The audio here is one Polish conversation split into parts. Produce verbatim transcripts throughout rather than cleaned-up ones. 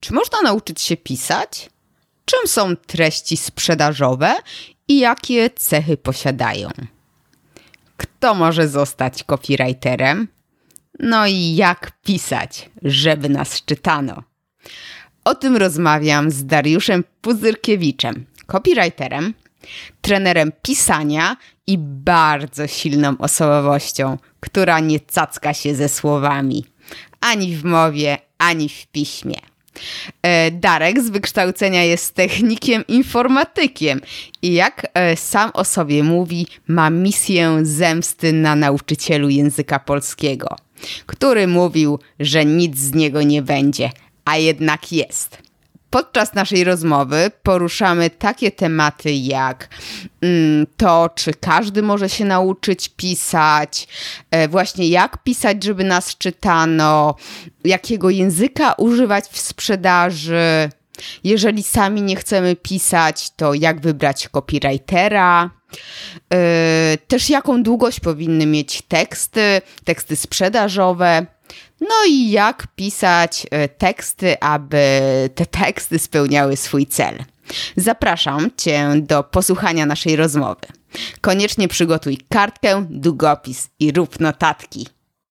Czy można nauczyć się pisać? Czym są treści sprzedażowe i jakie cechy posiadają? Kto może zostać copywriterem? No i jak pisać, żeby nas czytano? O tym rozmawiam z Dariuszem Puzyrkiewiczem, copywriterem, trenerem pisania i bardzo silną osobowością, która nie cacka się ze słowami. Ani w mowie, ani w piśmie. Darek z wykształcenia jest technikiem informatykiem i jak sam o sobie mówi, ma misję zemsty na nauczycielu języka polskiego, który mówił, że nic z niego nie będzie, a jednak jest. Podczas naszej rozmowy poruszamy takie tematy jak mm, to, czy każdy może się nauczyć pisać, e, właśnie jak pisać, żeby nas czytano, jakiego języka używać w sprzedaży. Jeżeli sami nie chcemy pisać, to jak wybrać copywritera. E, też jaką długość powinny mieć teksty, teksty sprzedażowe. No i jak pisać teksty, aby te teksty spełniały swój cel. Zapraszam Cię do posłuchania naszej rozmowy. Koniecznie przygotuj kartkę, długopis i rób notatki.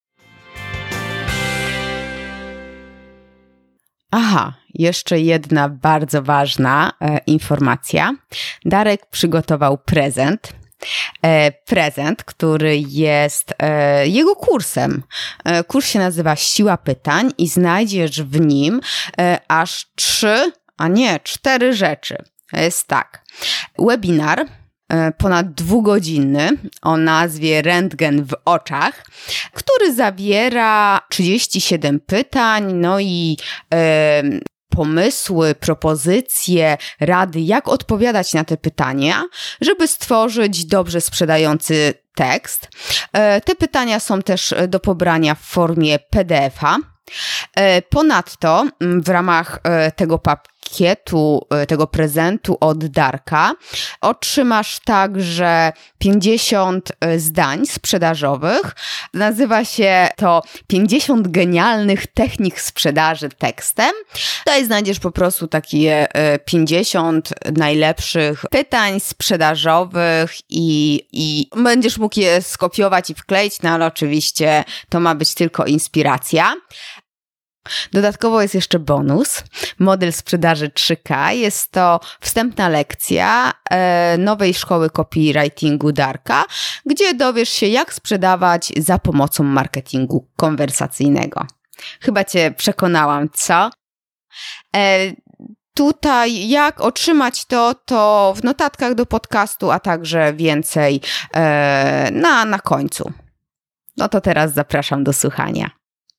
Aha, jeszcze jedna bardzo ważna e, informacja. Darek przygotował prezent. E, prezent, który jest e, jego kursem. E, kurs się nazywa Siła Pytań i znajdziesz w nim e, aż trzy, a nie cztery rzeczy. Jest tak. Webinar e, ponad dwugodzinny o nazwie Rentgen w oczach, który zawiera trzydzieści siedem pytań, no i e, pomysły, propozycje, rady, jak odpowiadać na te pytania, żeby stworzyć dobrze sprzedający tekst. Te pytania są też do pobrania w formie P D F a. Ponadto w ramach tego pakietu, tego prezentu od Darka otrzymasz także pięćdziesiąt zdań sprzedażowych. Nazywa się to pięćdziesiąt genialnych technik sprzedaży tekstem. Tutaj znajdziesz po prostu takie pięćdziesiąt najlepszych pytań sprzedażowych i, i będziesz mógł je skopiować i wkleić, no ale oczywiście to ma być tylko inspiracja. Dodatkowo jest jeszcze bonus, model sprzedaży trzy K. Jest to wstępna lekcja e, nowej szkoły copywritingu Darka, gdzie dowiesz się, jak sprzedawać za pomocą marketingu konwersacyjnego. Chyba Cię przekonałam, co? E, tutaj jak otrzymać to, to w notatkach do podcastu, a także więcej e, na, na końcu. No to teraz zapraszam do słuchania.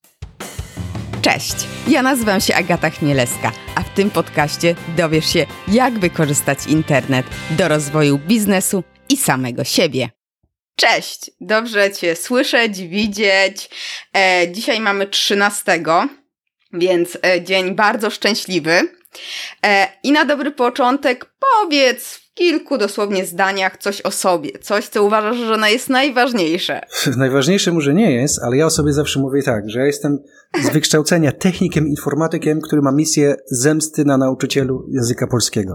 Cześć, ja nazywam się Agata Chmielewska, a w tym podcaście dowiesz się, jak wykorzystać internet do rozwoju biznesu i samego siebie. Cześć, dobrze Cię słyszeć, widzieć. E, dzisiaj mamy trzynastego, więc e, dzień bardzo szczęśliwy. E, I na dobry początek powiedz w kilku dosłownie zdaniach coś o sobie, coś, co uważasz, że ona jest najważniejsze. Najważniejsze może nie jest, ale ja o sobie zawsze mówię tak, że ja jestem z wykształcenia technikiem, informatykiem, który ma misję zemsty na nauczycielu języka polskiego.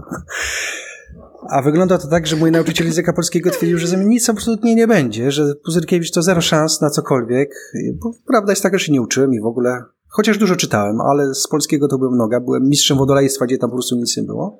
A wygląda to tak, że mój nauczyciel języka polskiego twierdził, że ze mnie nic absolutnie nie będzie, że Puzyrkiewicz to zero szans na cokolwiek. Bo prawda jest taka, że się nie uczyłem i w ogóle, chociaż dużo czytałem, ale z polskiego to byłem noga, byłem mistrzem wodolejstwa, gdzie tam po prostu nic nie było.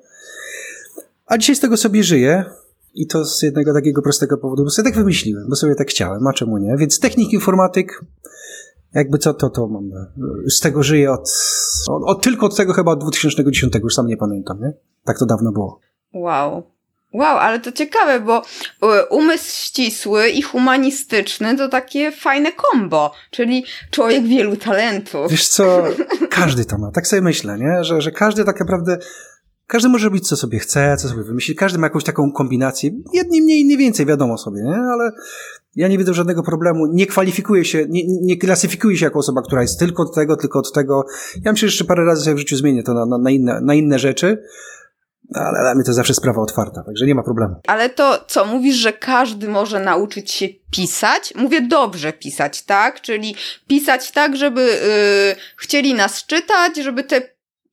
A dzisiaj z tego sobie żyję i to z jednego takiego prostego powodu, bo sobie tak wymyśliłem, bo sobie tak chciałem, a czemu nie? Więc technik, informatyk, jakby co, to, to mam, z tego żyję od, od, od tylko od tego chyba od dwa tysiące dziesiątego, już sam nie pamiętam, nie? Tak to dawno było. Wow. Wow, ale to ciekawe, bo umysł ścisły i humanistyczny to takie fajne kombo, czyli człowiek wielu talentów. Wiesz co, każdy to ma, tak sobie myślę, nie? Że, że każdy tak naprawdę, każdy może robić co sobie chce, co sobie wymyśli, każdy ma jakąś taką kombinację, jedni mniej, inni więcej, wiadomo sobie, nie? Ale ja nie widzę żadnego problemu, nie kwalifikuję się, nie, nie klasyfikuję się jako osoba, która jest tylko od tego, tylko od tego. Ja myślę, że jeszcze parę razy sobie w życiu zmienię to na, na, na, inne, na inne rzeczy. Ale dla mnie to zawsze sprawa otwarta, także nie ma problemu. Ale to co, mówisz, że każdy może nauczyć się pisać? Mówię dobrze pisać, tak? Czyli pisać tak, żeby yy, chcieli nas czytać, żeby te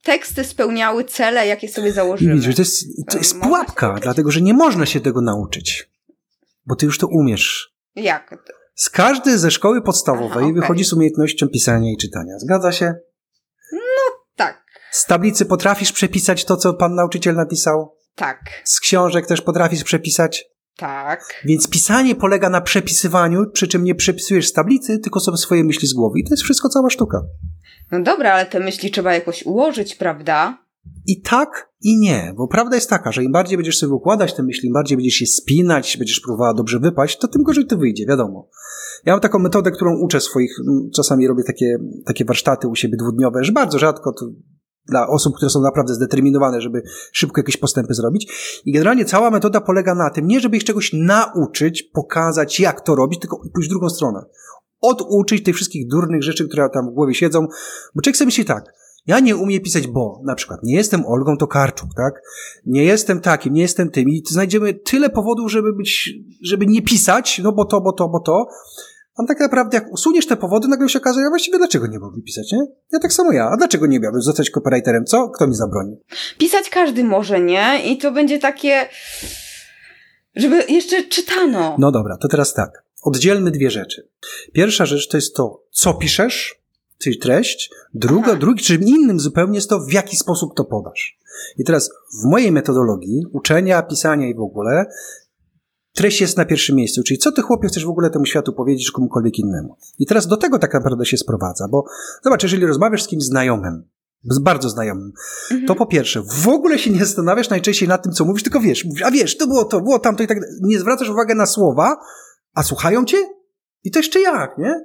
teksty spełniały cele, jakie sobie założymy. I widzisz, to jest, to jest pułapka, dlatego że nie można się tego nauczyć, bo ty już to umiesz. Jak? Z każdej ze szkoły podstawowej Aha, okay. wychodzi z umiejętnością pisania i czytania. Zgadza się? No tak. Z tablicy potrafisz przepisać to, co pan nauczyciel napisał? Tak. Z książek też potrafisz przepisać? Tak. Więc pisanie polega na przepisywaniu, przy czym nie przepisujesz z tablicy, tylko sobie swoje myśli z głowy. I to jest wszystko cała sztuka. No dobra, ale te myśli trzeba jakoś ułożyć, prawda? I tak, i nie. Bo prawda jest taka, że im bardziej będziesz sobie układać te myśli, im bardziej będziesz je spinać, będziesz próbowała dobrze wypaść, to tym gorzej to wyjdzie, wiadomo. Ja mam taką metodę, którą uczę swoich, czasami robię takie, takie warsztaty u siebie dwudniowe, że bardzo rzadko to dla osób, które są naprawdę zdeterminowane, żeby szybko jakieś postępy zrobić. I generalnie cała metoda polega na tym, nie żeby ich czegoś nauczyć, pokazać jak to robić, tylko pójść w drugą stronę. Oduczyć tych wszystkich durnych rzeczy, które tam w głowie siedzą. Bo człowiek sobie myśli tak, ja nie umiem pisać bo, na przykład, nie jestem Olgą Tokarczuk, tak? Nie jestem takim, nie jestem tym. I znajdziemy tyle powodów, żeby być, żeby nie pisać, no bo to, bo to, bo to. A tak naprawdę jak usuniesz te powody, nagle się okazuje, a właściwie dlaczego nie mogli pisać, nie? Ja tak samo ja. A dlaczego nie miałbym zostać copywriterem? Co? Kto mi zabroni? Pisać każdy może, nie? I to będzie takie, żeby jeszcze czytano. No dobra, to teraz tak. Oddzielmy dwie rzeczy. Pierwsza rzecz to jest to, co piszesz, czyli treść. Druga, Aha. drugi, czym innym zupełnie jest to, w jaki sposób to podasz. I teraz w mojej metodologii uczenia, pisania i w ogóle treść jest na pierwszym miejscu, czyli co ty chłopie chcesz w ogóle temu światu powiedzieć, czy komukolwiek innemu. I teraz do tego tak naprawdę się sprowadza, bo zobacz, jeżeli rozmawiasz z kimś znajomym, z bardzo znajomym, mhm. to po pierwsze, w ogóle się nie zastanawiasz najczęściej nad tym, co mówisz, tylko wiesz, mówisz, a wiesz, to było to, było tamto i tak dalej. Nie zwracasz uwagi na słowa, a słuchają cię? I to jeszcze jak, nie?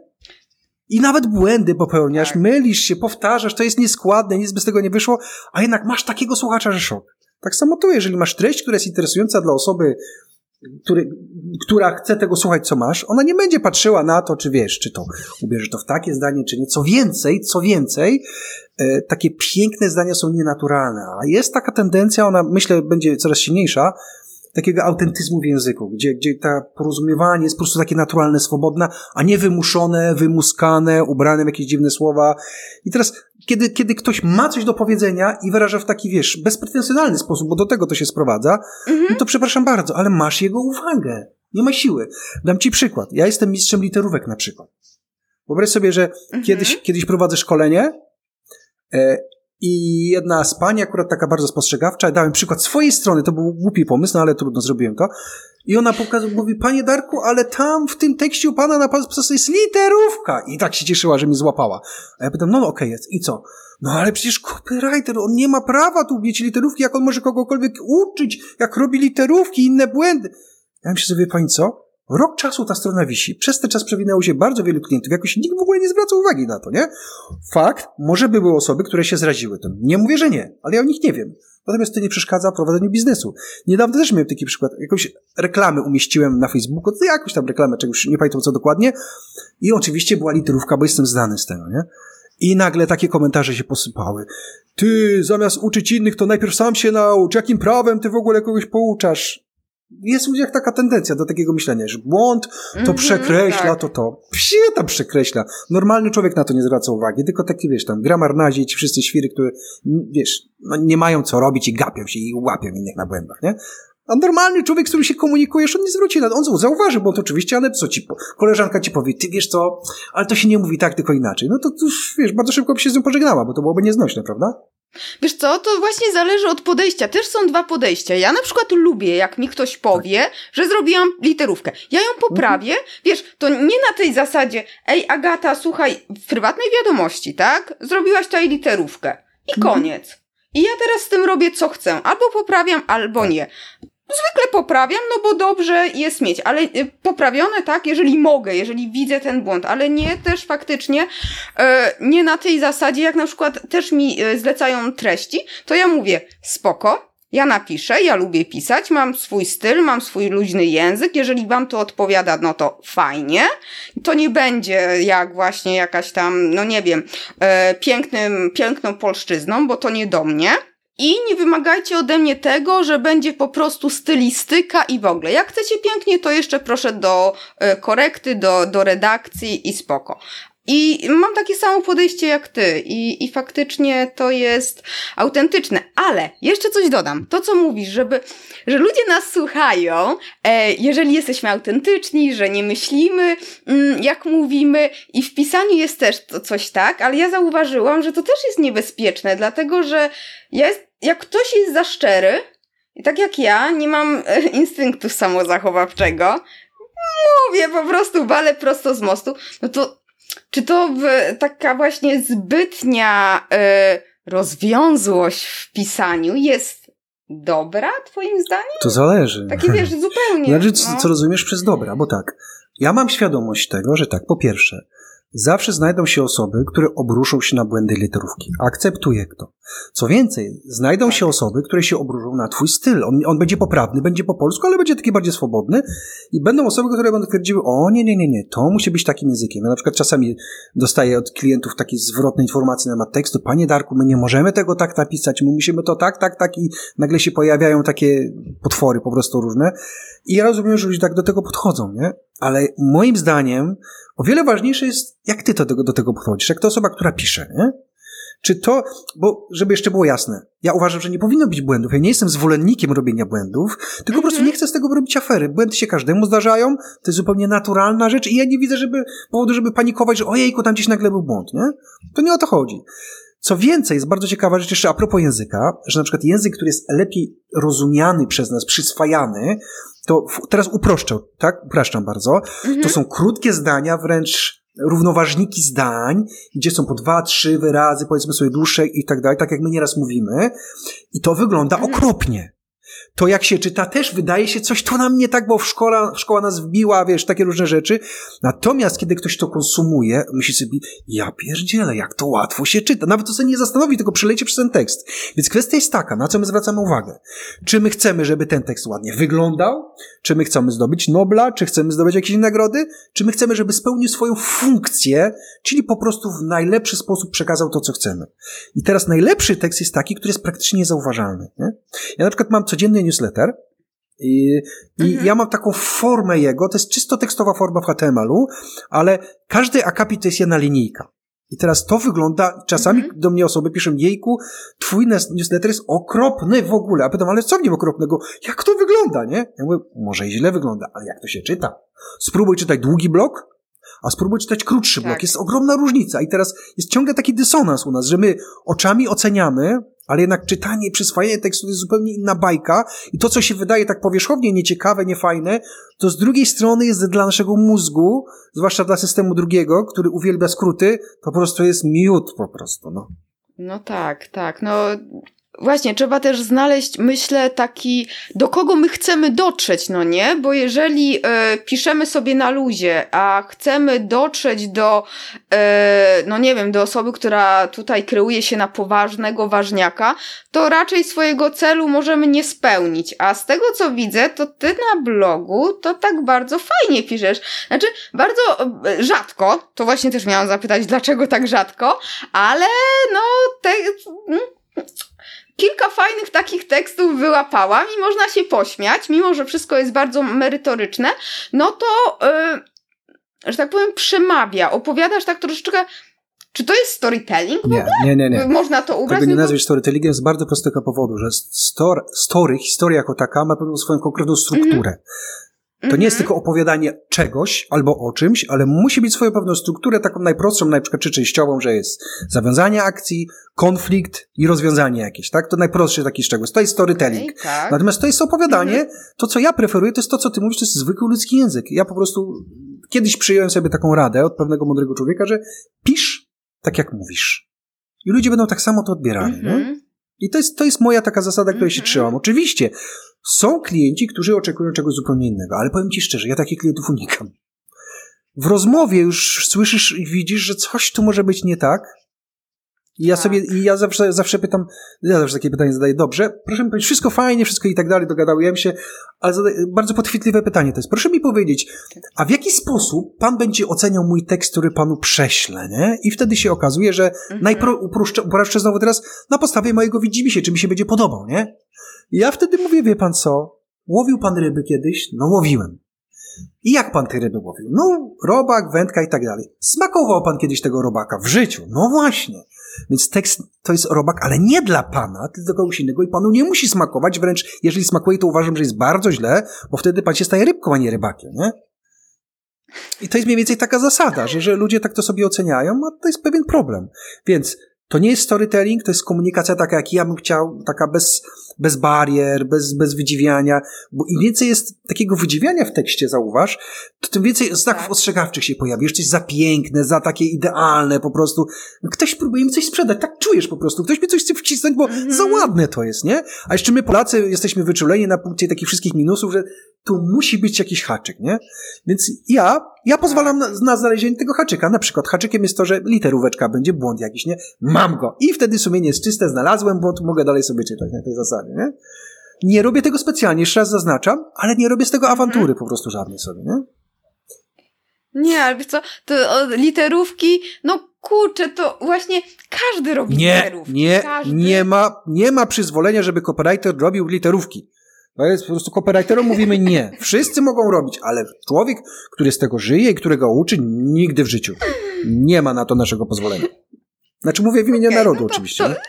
I nawet błędy popełniasz, tak. mylisz się, powtarzasz, to jest nieskładne, nic bez tego nie wyszło, a jednak masz takiego słuchacza, że szok. Tak samo tu, jeżeli masz treść, która jest interesująca dla osoby, Który, która chce tego słuchać, co masz, ona nie będzie patrzyła na to, czy wiesz, czy to ubierzesz to w takie zdanie, czy nie. Co więcej, co więcej, e, takie piękne zdania są nienaturalne, a jest taka tendencja, ona myślę będzie coraz silniejsza, takiego autentyzmu w języku, gdzie, gdzie ta porozumiewanie jest po prostu takie naturalne, swobodne, a nie wymuszone, wymuskane, ubrane w jakieś dziwne słowa. I teraz, kiedy, kiedy ktoś ma coś do powiedzenia i wyraża w taki, wiesz, bezpretensjonalny sposób, bo do tego to się sprowadza, mhm. no to przepraszam bardzo, ale masz jego uwagę. Nie ma siły. Dam ci przykład. Ja jestem mistrzem literówek na przykład. Wyobraź sobie, że mhm. kiedyś, kiedyś prowadzę szkolenie e, i jedna z pani, akurat taka bardzo spostrzegawcza, dałem przykład swojej strony, to był głupi pomysł, no ale trudno, zrobiłem to. I ona pokazuje, mówi, panie Darku, ale tam w tym tekście u pana na prostu jest literówka. I tak się cieszyła, że mnie złapała. A ja pytam, no, no okej, okay, jest. I co? No ale przecież copywriter, on nie ma prawa tu mieć literówki, jak on może kogokolwiek uczyć, jak robi literówki, inne błędy. Ja myślę sobie, pani co? Rok czasu ta strona wisi. Przez ten czas przewinęło się bardzo wielu klientów. Jakoś nikt w ogóle nie zwraca uwagi na to, nie? Fakt, może były osoby, które się zraziły tym. Nie mówię, że nie, ale ja o nich nie wiem. Natomiast to nie przeszkadza prowadzeniu biznesu. Niedawno też miałem taki przykład. Jakąś reklamę umieściłem na Facebooku, to jakąś tam reklamę, czegoś nie pamiętam co dokładnie. I oczywiście była literówka, bo jestem znany z tego, nie? I nagle takie komentarze się posypały. Ty, zamiast uczyć innych, to najpierw sam się naucz. Jakim prawem ty w ogóle kogoś pouczasz? Jest jak taka tendencja do takiego myślenia, że błąd to mm-hmm, przekreśla, tak. to to. Wsie tam przekreśla. Normalny człowiek na to nie zwraca uwagi, tylko taki, wiesz, tam gramarnazi, ci wszyscy świry, które, wiesz, no nie mają co robić i gapią się i łapią innych na błędach, nie? A normalny człowiek, z którym się komunikujesz, on nie zwróci na to, on zauważy, bo to oczywiście, ale co ci, koleżanka ci powie, ty wiesz co, ale to się nie mówi tak, tylko inaczej. No to już, wiesz, bardzo szybko by się z nią pożegnała, bo to byłoby nieznośne, prawda? Wiesz co, to właśnie zależy od podejścia. Też są dwa podejścia. Ja na przykład lubię, jak mi ktoś powie, tak. że zrobiłam literówkę. Ja ją poprawię, mhm. wiesz, to nie na tej zasadzie, ej Agata, słuchaj, w prywatnej wiadomości, tak? Zrobiłaś tutaj literówkę. I mhm. koniec. I ja teraz z tym robię co chcę. Albo poprawiam, albo nie. Zwykle poprawiam, no bo dobrze jest mieć, ale poprawione tak, jeżeli mogę, jeżeli widzę ten błąd, ale nie też faktycznie e, nie na tej zasadzie, jak na przykład też mi zlecają treści, to ja mówię spoko, ja napiszę, ja lubię pisać, mam swój styl, mam swój luźny język, jeżeli wam to odpowiada, no to fajnie, to nie będzie jak właśnie jakaś tam, no nie wiem, e, pięknym, piękną polszczyzną, bo to nie do mnie. I nie wymagajcie ode mnie tego, że będzie po prostu stylistyka i w ogóle. Jak chcecie pięknie, to jeszcze proszę do e, korekty, do, do redakcji i spoko. I mam takie samo podejście jak ty i, i faktycznie to jest autentyczne, ale jeszcze coś dodam, to co mówisz, żeby, że ludzie nas słuchają, e, jeżeli jesteśmy autentyczni, że nie myślimy mm, jak mówimy i w pisaniu jest też to coś tak, ale ja zauważyłam, że to też jest niebezpieczne, dlatego że ja jest, jak ktoś jest za szczery i tak jak ja nie mam e, instynktu samozachowawczego, mówię po prostu, walę prosto z mostu, no to czy to w, taka właśnie zbytnia y, rozwiązłość w pisaniu jest dobra, twoim zdaniem? To zależy. Takie wiesz, zupełnie. Znaczy, co, no. co rozumiesz przez dobra, bo tak, ja mam świadomość tego, że tak, po pierwsze, zawsze znajdą się osoby, które obruszą się na błędy literówki. Akceptuję to. Co więcej, znajdą tak. się osoby, które się obruszą na twój styl. On, on będzie poprawny, będzie po polsku, ale będzie taki bardziej swobodny. I będą osoby, które będą twierdziły, o nie, nie, nie, nie, to musi być takim językiem. Ja na przykład czasami dostaję od klientów takie zwrotne informacje na temat tekstu. Panie Darku, my nie możemy tego tak napisać, my musimy to tak, tak, tak i nagle się pojawiają takie potwory po prostu różne. I ja rozumiem, że ludzie tak do tego podchodzą, nie? Ale moim zdaniem o wiele ważniejsze jest, jak ty do tego, do tego podchodzisz, jak to osoba, która pisze, nie? Czy to, bo żeby jeszcze było jasne, ja uważam, że nie powinno być błędów, ja nie jestem zwolennikiem robienia błędów, tylko mm-hmm. po prostu nie chcę z tego robić afery. Błędy się każdemu zdarzają, to jest zupełnie naturalna rzecz i ja nie widzę żeby powodu, żeby panikować, że ojejku, tam gdzieś nagle był błąd, nie? To nie o to chodzi. Co więcej, jest bardzo ciekawa rzecz jeszcze a propos języka, że na przykład język, który jest lepiej rozumiany przez nas, przyswajany, to teraz uproszczę, tak? Upraszczam bardzo. Mm-hmm. To są krótkie zdania, wręcz równoważniki zdań, gdzie są po dwa, trzy wyrazy, powiedzmy sobie dłuższe i tak dalej, tak jak my nieraz mówimy. I to wygląda mm-hmm. okropnie. To jak się czyta też wydaje się coś to nam nie tak, bo w szkoła, szkoła nas wbiła, wiesz, takie różne rzeczy. Natomiast kiedy ktoś to konsumuje, myśli sobie, ja pierdzielę, jak to łatwo się czyta. Nawet to sobie nie zastanowi, tylko przelecie przez ten tekst. Więc kwestia jest taka, na co my zwracamy uwagę. Czy my chcemy, żeby ten tekst ładnie wyglądał? Czy my chcemy zdobyć Nobla? Czy chcemy zdobyć jakieś nagrody? Czy my chcemy, żeby spełnił swoją funkcję, czyli po prostu w najlepszy sposób przekazał to, co chcemy? I teraz najlepszy tekst jest taki, który jest praktycznie niezauważalny. Nie? Ja na przykład mam codzienny newsletter i, i mhm. ja mam taką formę jego, to jest czysto tekstowa forma w H T M L u, ale każdy akapit to jest jedna linijka. I teraz to wygląda, czasami mhm. do mnie osoby piszą, jejku, twój newsletter jest okropny w ogóle. A pytam, ale co w nim okropnego? Jak to wygląda, nie? Ja mówię, może i źle wygląda, ale jak to się czyta? Spróbuj czytać długi blok, a spróbuj czytać krótszy blok. Tak. Jest ogromna różnica. I teraz jest ciągle taki dysonans u nas, że my oczami oceniamy, ale jednak czytanie i przyswajanie tekstu to jest zupełnie inna bajka i to, co się wydaje tak powierzchownie nieciekawe, niefajne, to z drugiej strony jest dla naszego mózgu, zwłaszcza dla systemu drugiego, który uwielbia skróty, to po prostu jest miód po prostu, no. No tak, tak, no... Właśnie, trzeba też znaleźć, myślę, taki, do kogo my chcemy dotrzeć, no nie? Bo jeżeli y, piszemy sobie na luzie, a chcemy dotrzeć do, y, no nie wiem, do osoby, która tutaj kreuje się na poważnego ważniaka, to raczej swojego celu możemy nie spełnić. A z tego, co widzę, to ty na blogu to tak bardzo fajnie piszesz. Znaczy, bardzo y, rzadko, to właśnie też miałam zapytać, dlaczego tak rzadko, ale no, te... Mm, kilka fajnych takich tekstów wyłapałam i można się pośmiać, mimo że wszystko jest bardzo merytoryczne, no to, yy, że tak powiem, przemawia. Opowiadasz tak troszeczkę, czy to jest storytelling? Nie, nie, nie, nie. Można to ubrać? Tego nie nazwiesz storytellingiem z bardzo prostego powodu, że story, story, historia jako taka ma pewną swoją konkretną strukturę. Mm-hmm. To mm-hmm. nie jest tylko opowiadanie czegoś albo o czymś, ale musi mieć swoją pewną strukturę, taką najprostszą, na przykład czy częściową, że jest zawiązanie akcji, konflikt i rozwiązanie jakieś, tak? To najprostszy taki szczegół. To jest storytelling. Okay, tak. Natomiast to jest opowiadanie, mm-hmm. to co ja preferuję, to jest to, co ty mówisz, to jest zwykły ludzki język. Ja po prostu kiedyś przyjąłem sobie taką radę od pewnego mądrego człowieka, że pisz tak jak mówisz. I ludzie będą tak samo to odbierali, mm-hmm. nie? I to jest, to jest moja taka zasada, której mm-hmm. się trzymam. Oczywiście są klienci, którzy oczekują czegoś zupełnie innego, ale powiem ci szczerze, ja takich klientów unikam. W rozmowie już słyszysz i widzisz, że coś tu może być nie tak. I ja tak. sobie, i ja zawsze, zawsze pytam, ja zawsze takie pytanie zadaję, dobrze, proszę mi powiedzieć, wszystko fajnie, wszystko i tak dalej, dogadałem się, ale zadaję, bardzo podchwytliwe pytanie to jest, proszę mi powiedzieć, a w jaki sposób pan będzie oceniał mój tekst, który panu prześlę, nie? I wtedy się okazuje, że mhm. najproszczę znowu teraz na podstawie mojego widzimisię, czy mi się będzie podobał, nie? I ja wtedy mówię, wie pan co, łowił pan ryby kiedyś? No łowiłem. I jak pan te ryby łowił? No, robak, wędka i tak dalej. Smakował pan kiedyś tego robaka w życiu? No właśnie. Więc tekst to jest robak, ale nie dla pana, tylko kogoś innego i panu nie musi smakować, wręcz jeżeli smakuje, to uważam, że jest bardzo źle, bo wtedy pan się staje rybką, a nie rybakiem, nie? I to jest mniej więcej taka zasada, że, że ludzie tak to sobie oceniają, a to jest pewien problem. Więc to nie jest storytelling, to jest komunikacja taka, jak ja bym chciał, taka bez, bez barier, bez, bez wydziwiania, bo im więcej jest takiego wydziwiania w tekście, zauważ, to tym więcej znaków tak. ostrzegawczych się pojawi. Już coś za piękne, za takie idealne po prostu. Ktoś próbuje mi coś sprzedać, tak czujesz po prostu. Ktoś mi coś chce wcisnąć, bo mm-hmm. za ładne to jest, nie? A jeszcze my Polacy jesteśmy wyczuleni na punkcie takich wszystkich minusów, że tu musi być jakiś haczyk, nie? Więc ja, ja pozwalam na, na znalezienie tego haczyka. Na przykład haczykiem jest to, że literóweczka będzie, błąd jakiś, nie? Mam go. I wtedy sumienie jest czyste, znalazłem błąd, mogę dalej sobie czytać na tej zasadzie, nie? Nie robię tego specjalnie, jeszcze raz zaznaczam, ale nie robię z tego awantury hmm. po prostu żadnej sobie, nie? Nie, ale wiesz co, to literówki, no kurczę, to właśnie każdy robi nie, literówki. Nie, każdy... nie ma, nie ma przyzwolenia, żeby copywriter robił literówki. To jest po prostu copywriterom mówimy nie. Wszyscy mogą robić, ale człowiek, który z tego żyje i którego uczy, nigdy w życiu. Nie ma na to naszego pozwolenia. Znaczy mówię w imieniu okay, narodu no to, oczywiście. To...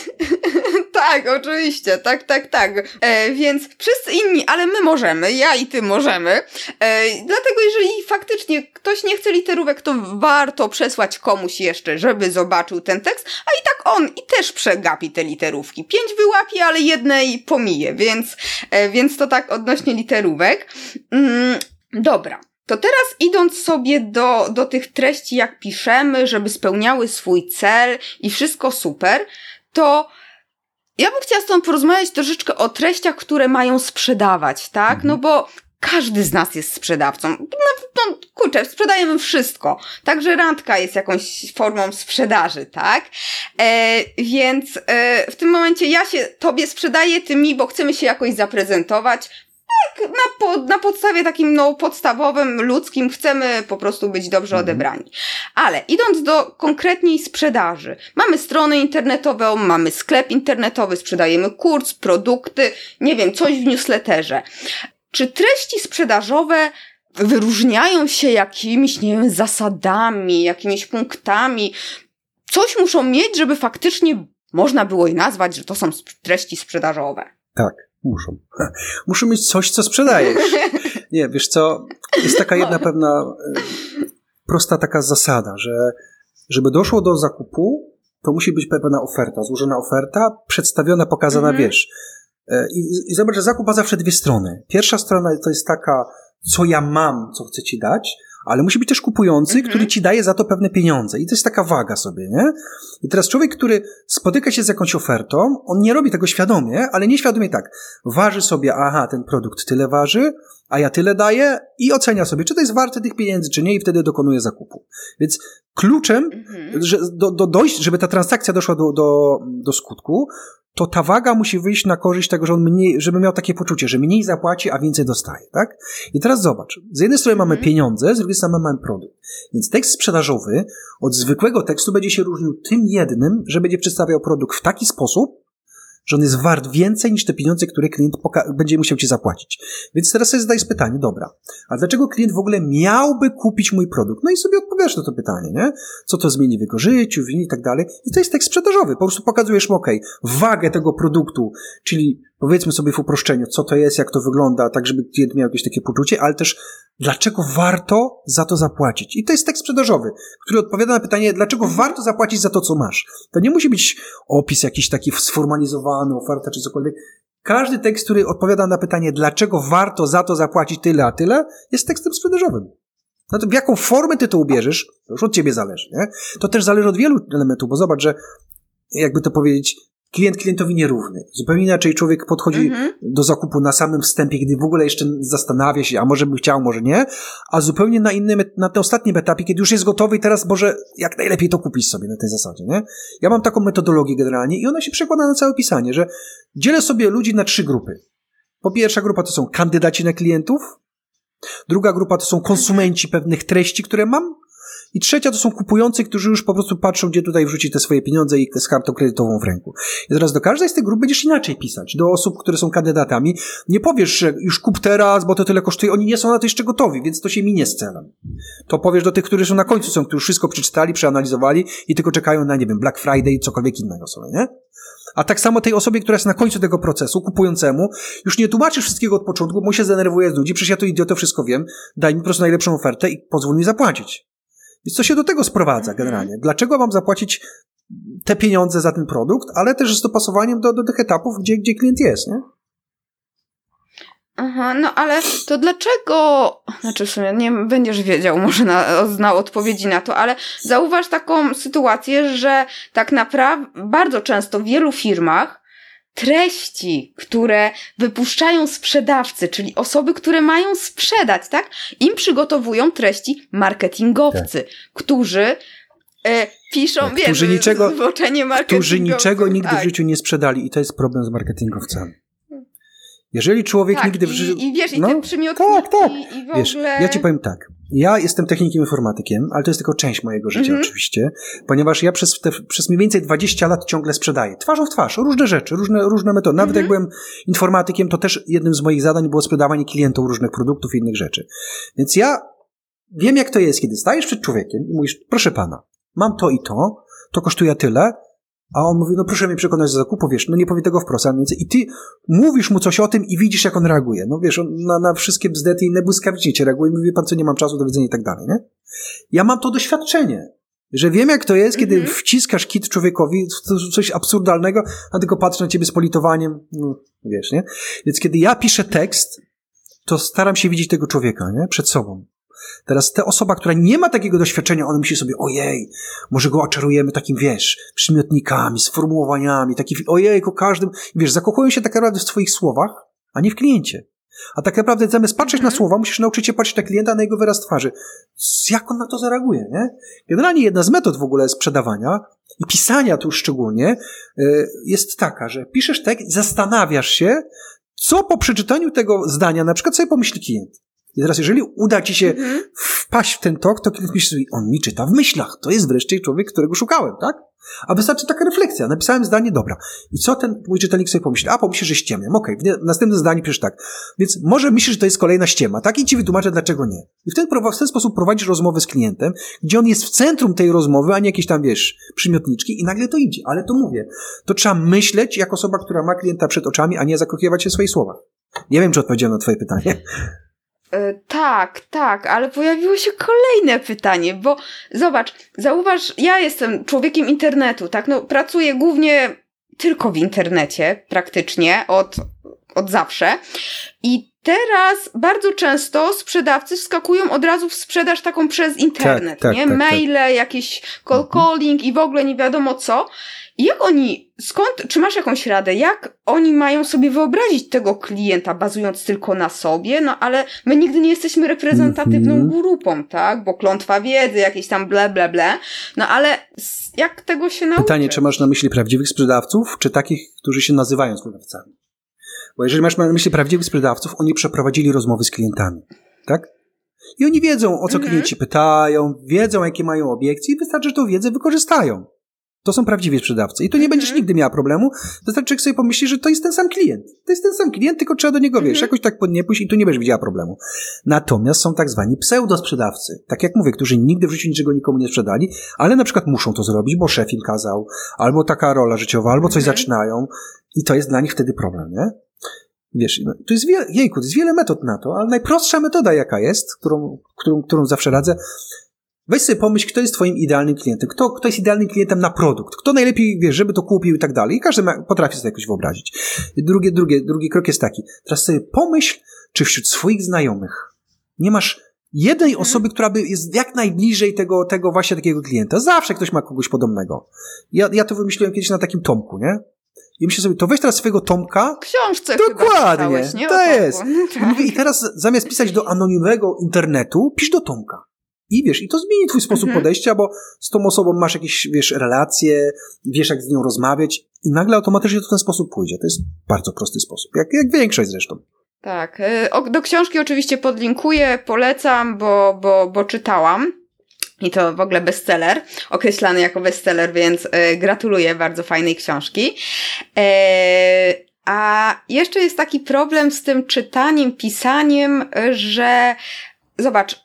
Tak, oczywiście, tak, tak, tak. E, więc wszyscy inni, ale my możemy, ja i ty możemy. E, dlatego jeżeli faktycznie ktoś nie chce literówek, to warto przesłać komuś jeszcze, żeby zobaczył ten tekst, a i tak on i też przegapi te literówki. Pięć wyłapie, ale jednej pomije, więc, e, więc to tak odnośnie literówek. Mm, dobra. To teraz idąc sobie do, do tych treści, jak piszemy, żeby spełniały swój cel i wszystko super, to ja bym chciała z tobą porozmawiać troszeczkę o treściach, które mają sprzedawać, tak? No bo każdy z nas jest sprzedawcą. No, no kurczę, sprzedajemy wszystko. Także randka jest jakąś formą sprzedaży, tak? E, więc e, w tym momencie ja się tobie sprzedaję, ty mi, bo chcemy się jakoś zaprezentować. Tak, na, po, na podstawie takim no, podstawowym, ludzkim chcemy po prostu być dobrze odebrani. Ale idąc do konkretniej sprzedaży, mamy stronę internetową, mamy sklep internetowy, sprzedajemy kurs, produkty, nie wiem, coś w newsletterze. Czy treści sprzedażowe wyróżniają się jakimiś, nie wiem, zasadami, jakimiś punktami? Coś muszą mieć, żeby faktycznie można było je nazwać, że to są treści sprzedażowe. Tak. Muszą. Muszą mieć coś, co sprzedajesz. Nie, wiesz co, jest taka jedna pewna prosta taka zasada, że żeby doszło do zakupu, to musi być pewna oferta, złożona oferta, przedstawiona, pokazana, mhm. wiesz. I, I zobacz, że zakup ma zawsze dwie strony. Pierwsza strona to jest taka, co ja mam, co chcę ci dać, ale musi być też kupujący, mhm. który ci daje za to pewne pieniądze. I to jest taka waga sobie, nie? I teraz człowiek, który spotyka się z jakąś ofertą, on nie robi tego świadomie, ale nieświadomie tak. Waży sobie, aha, ten produkt tyle waży, a ja tyle daję i ocenia sobie, czy to jest warte tych pieniędzy, czy nie, i wtedy dokonuje zakupu. Więc kluczem, mhm. że do, do dojść, żeby ta transakcja doszła do, do, do skutku, to ta waga musi wyjść na korzyść tego, że on mniej, żeby miał takie poczucie, że mniej zapłaci, a więcej dostaje, tak? I teraz zobacz, z jednej strony mamy pieniądze, z drugiej strony mamy produkt. Więc tekst sprzedażowy od zwykłego tekstu będzie się różnił tym jednym, że będzie przedstawiał produkt w taki sposób, że on jest wart więcej niż te pieniądze, które klient poka- będzie musiał ci zapłacić. Więc teraz sobie zadajesz pytanie, dobra, a dlaczego klient w ogóle miałby kupić mój produkt? No i sobie odpowiadasz na to pytanie, nie? Co to zmieni w jego życiu, w i tak dalej. I to jest tekst sprzedażowy. Po prostu pokazujesz mu, okej, okay, wagę tego produktu, czyli powiedzmy sobie w uproszczeniu, co to jest, jak to wygląda, tak żeby klient miał jakieś takie poczucie, ale też dlaczego warto za to zapłacić. I to jest tekst sprzedażowy, który odpowiada na pytanie, dlaczego warto zapłacić za to, co masz. To nie musi być opis jakiś taki sformalizowany, oferta czy cokolwiek. Każdy tekst, który odpowiada na pytanie, dlaczego warto za to zapłacić tyle, a tyle, jest tekstem sprzedażowym. No to w jaką formę ty to ubierzesz, to już od ciebie zależy, nie? To też zależy od wielu elementów, bo zobacz, że jakby to powiedzieć, klient klientowi nierówny. Zupełnie inaczej człowiek podchodzi mm-hmm. do zakupu na samym wstępie, gdy w ogóle jeszcze zastanawia się, a może by chciał, może nie, a zupełnie na innym, na tym ostatnim etapie, kiedy już jest gotowy i teraz może jak najlepiej to kupić sobie na tej zasadzie, nie? Ja mam taką metodologię generalnie i ona się przekłada na całe pisanie, że dzielę sobie ludzi na trzy grupy. Po pierwsza grupa to są kandydaci na klientów, druga grupa to są konsumenci pewnych treści, które mam, I trzecia to są kupujący, którzy już po prostu patrzą, gdzie tutaj wrzucić te swoje pieniądze i z kartą kredytową w ręku. I teraz do każdej z tych grup będziesz inaczej pisać. Do osób, które są kandydatami, nie powiesz, że już kup teraz, bo to tyle kosztuje. Oni nie są na to jeszcze gotowi, więc to się minie z celem. To powiesz do tych, którzy są na końcu, są, którzy wszystko przeczytali, przeanalizowali i tylko czekają na, nie wiem, Black Friday, cokolwiek innego sobie, nie? A tak samo tej osobie, która jest na końcu tego procesu, kupującemu, już nie tłumaczysz wszystkiego od początku, bo się zdenerwuje z ludzi, przecież ja to idioto wszystko wiem, daj mi po prostu najlepszą ofertę i pozwól mi zapłacić. Więc to się do tego sprowadza generalnie. Dlaczego mam zapłacić te pieniądze za ten produkt, ale też z dopasowaniem do, do tych etapów, gdzie, gdzie klient jest, nie? Aha, no ale to dlaczego, znaczy w sumie nie będziesz wiedział, może na, znał odpowiedzi na to, ale zauważ taką sytuację, że tak naprawdę bardzo często w wielu firmach treści, które wypuszczają sprzedawcy, czyli osoby, które mają sprzedać, tak? Im przygotowują treści marketingowcy, tak. którzy e, piszą, tak, wiesz, którzy niczego, zboczenie marketingowców. Którzy niczego nigdy tak. w życiu nie sprzedali i to jest problem z marketingowcami. Jeżeli człowiek tak, nigdy w i, życiu... I wiesz, no, i te przymiotniki tak, tak. i, i w wiesz, ogóle... ja ci powiem tak. Ja jestem technikiem informatykiem, ale to jest tylko część mojego życia mm-hmm. oczywiście, ponieważ ja przez, te, przez mniej więcej dwadzieścia lat ciągle sprzedaję. Twarzą w twarz, różne rzeczy, różne, różne metody. Nawet mm-hmm. jak byłem informatykiem, to też jednym z moich zadań było sprzedawanie klientom różnych produktów i innych rzeczy. Więc ja wiem, jak to jest, kiedy stajesz przed człowiekiem i mówisz, proszę pana, mam to i to, to kosztuje tyle, a on mówi, no proszę mnie przekonać do zakupu, wiesz, no nie powie tego wprost, ale więcej. I ty mówisz mu coś o tym i widzisz, jak on reaguje. No wiesz, on na, na wszystkie bzdety inne błyskawicznie cię reaguje i mówi, pan co, nie mam czasu do widzenia i tak dalej, nie? Ja mam to doświadczenie, że wiem, jak to jest, kiedy mm-hmm. wciskasz kit człowiekowi, coś absurdalnego, a tylko patrzy na ciebie z politowaniem, no wiesz, nie? Więc kiedy ja piszę tekst, to staram się widzieć tego człowieka, nie? Przed sobą. Teraz ta osoba, która nie ma takiego doświadczenia, ona myśli sobie, ojej, może go oczarujemy takim, wiesz, przymiotnikami, sformułowaniami, taki, ojejku, każdym, wiesz, zakochują się tak naprawdę w swoich słowach, a nie w kliencie. A tak naprawdę zamiast patrzeć mm-hmm. na słowa, musisz nauczyć się patrzeć na klienta, na jego wyraz twarzy. Jak on na to zareaguje, nie? Generalnie jedna z metod w ogóle sprzedawania i pisania tu szczególnie yy, jest taka, że piszesz tekst i zastanawiasz się, co po przeczytaniu tego zdania na przykład sobie pomyśli klient. I teraz, jeżeli uda ci się mm-hmm. wpaść w ten tok, to klient myśli sobie, on mi czyta w myślach. To jest wreszcie człowiek, którego szukałem, tak? A wystarczy taka refleksja. Napisałem zdanie, dobra. I co ten mój czytelnik sobie pomyśli? A, pomyśli, że ściemniam. Okej, okay. Następne zdanie piszesz tak. Więc może myślisz, że to jest kolejna ściema, tak? I ci wytłumaczę, dlaczego nie. I w ten, w ten sposób prowadzisz rozmowę z klientem, gdzie on jest w centrum tej rozmowy, a nie jakieś tam, wiesz, przymiotniczki i nagle to idzie. Ale to mówię. To trzeba myśleć jak osoba, która ma klienta przed oczami, a nie zakochiwać się w swoich słowach. Nie wiem, czy odpowiedziałem na twoje pytanie. Tak, tak, ale pojawiło się kolejne pytanie, bo zobacz, zauważ, ja jestem człowiekiem internetu, tak, no pracuję głównie tylko w internecie, praktycznie, od, od zawsze i teraz bardzo często sprzedawcy wskakują od razu w sprzedaż taką przez internet, tak, nie? Tak, tak, Maile, tak. jakieś call calling mhm. i w ogóle nie wiadomo co. I jak oni, skąd, czy masz jakąś radę, jak oni mają sobie wyobrazić tego klienta, bazując tylko na sobie, no ale my nigdy nie jesteśmy reprezentatywną mm-hmm. grupą, tak, bo klątwa wiedzy, jakieś tam ble, ble, ble, no ale jak tego się nauczyć? Pytanie, czy masz na myśli prawdziwych sprzedawców, czy takich, którzy się nazywają sprzedawcami? Bo jeżeli masz na myśli prawdziwych sprzedawców, oni przeprowadzili rozmowy z klientami, tak? I oni wiedzą, o co mm-hmm. klienci pytają, wiedzą, jakie mają obiekcje i wystarczy, że tą wiedzę wykorzystają. To są prawdziwi sprzedawcy. I tu nie mm-hmm. będziesz nigdy miała problemu. Wystarczy, że sobie pomyślisz, że to jest ten sam klient. To jest ten sam klient, tylko trzeba do niego, mm-hmm. wiesz, jakoś tak pod nie pójść i tu nie będziesz widziała problemu. Natomiast są tak zwani pseudosprzedawcy. Tak jak mówię, którzy nigdy w życiu niczego nikomu nie sprzedali, ale na przykład muszą to zrobić, bo szef im kazał, albo taka rola życiowa, albo coś mm-hmm. zaczynają i to jest dla nich wtedy problem, nie? Wiesz, no, to jest wiele, jejku, to jest wiele metod na to, ale najprostsza metoda jaka jest, którą, którą, którą zawsze radzę, weź sobie pomyśl, kto jest twoim idealnym klientem, kto, kto jest idealnym klientem na produkt, kto najlepiej, wiesz, żeby to kupił i tak dalej. I każdy ma, potrafi sobie jakoś wyobrazić. Drugie, drugie, drugi krok jest taki. Teraz sobie pomyśl, czy wśród swoich znajomych nie masz jednej hmm. osoby, która by jest jak najbliżej tego, tego właśnie takiego klienta. Zawsze ktoś ma kogoś podobnego. Ja, ja to wymyśliłem kiedyś na takim Tomku, nie? I myślę sobie, to weź teraz swojego Tomka. W książce dokładnie, chyba pisałeś, nie? To jest. I, mówię, I teraz zamiast pisać do anonimowego internetu, pisz do Tomka. I wiesz, i to zmieni twój sposób mhm. podejścia, bo z tą osobą masz jakieś, wiesz, relacje, wiesz, jak z nią rozmawiać i nagle automatycznie to w ten sposób pójdzie. To jest bardzo prosty sposób, jak, jak większość zresztą. Tak. Do książki oczywiście podlinkuję, polecam, bo, bo, bo czytałam. I to w ogóle bestseller, określany jako bestseller, więc y, gratuluję bardzo fajnej książki. E, a jeszcze jest taki problem z tym czytaniem, pisaniem, że zobacz,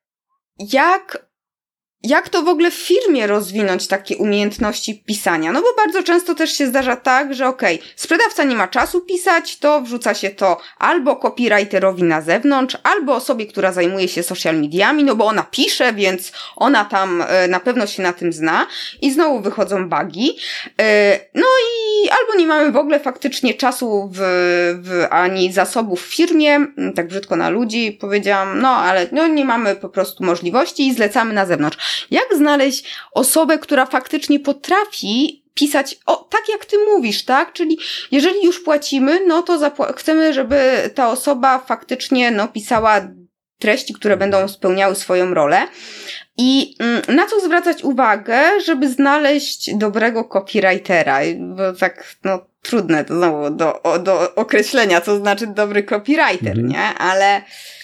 jak Jak to w ogóle w firmie rozwinąć takie umiejętności pisania? No bo bardzo często też się zdarza tak, że okej, okay, sprzedawca nie ma czasu pisać, to wrzuca się to albo copywriterowi na zewnątrz, albo osobie, która zajmuje się social mediami, no bo ona pisze, więc ona tam y, na pewno się na tym zna i znowu wychodzą bugi. Y, no i albo nie mamy w ogóle faktycznie czasu w, w, ani zasobów w firmie, tak brzydko na ludzi powiedziałam, no ale no, nie mamy po prostu możliwości i zlecamy na zewnątrz. Jak znaleźć osobę, która faktycznie potrafi pisać, o, tak jak ty mówisz, tak? Czyli jeżeli już płacimy, no to zapła- chcemy, żeby ta osoba faktycznie no, pisała treści, które będą spełniały swoją rolę. I mm, na co zwracać uwagę, żeby znaleźć dobrego copywritera? Bo tak, no, trudne to znowu do, do określenia, co znaczy dobry copywriter, mhm. nie? Ale...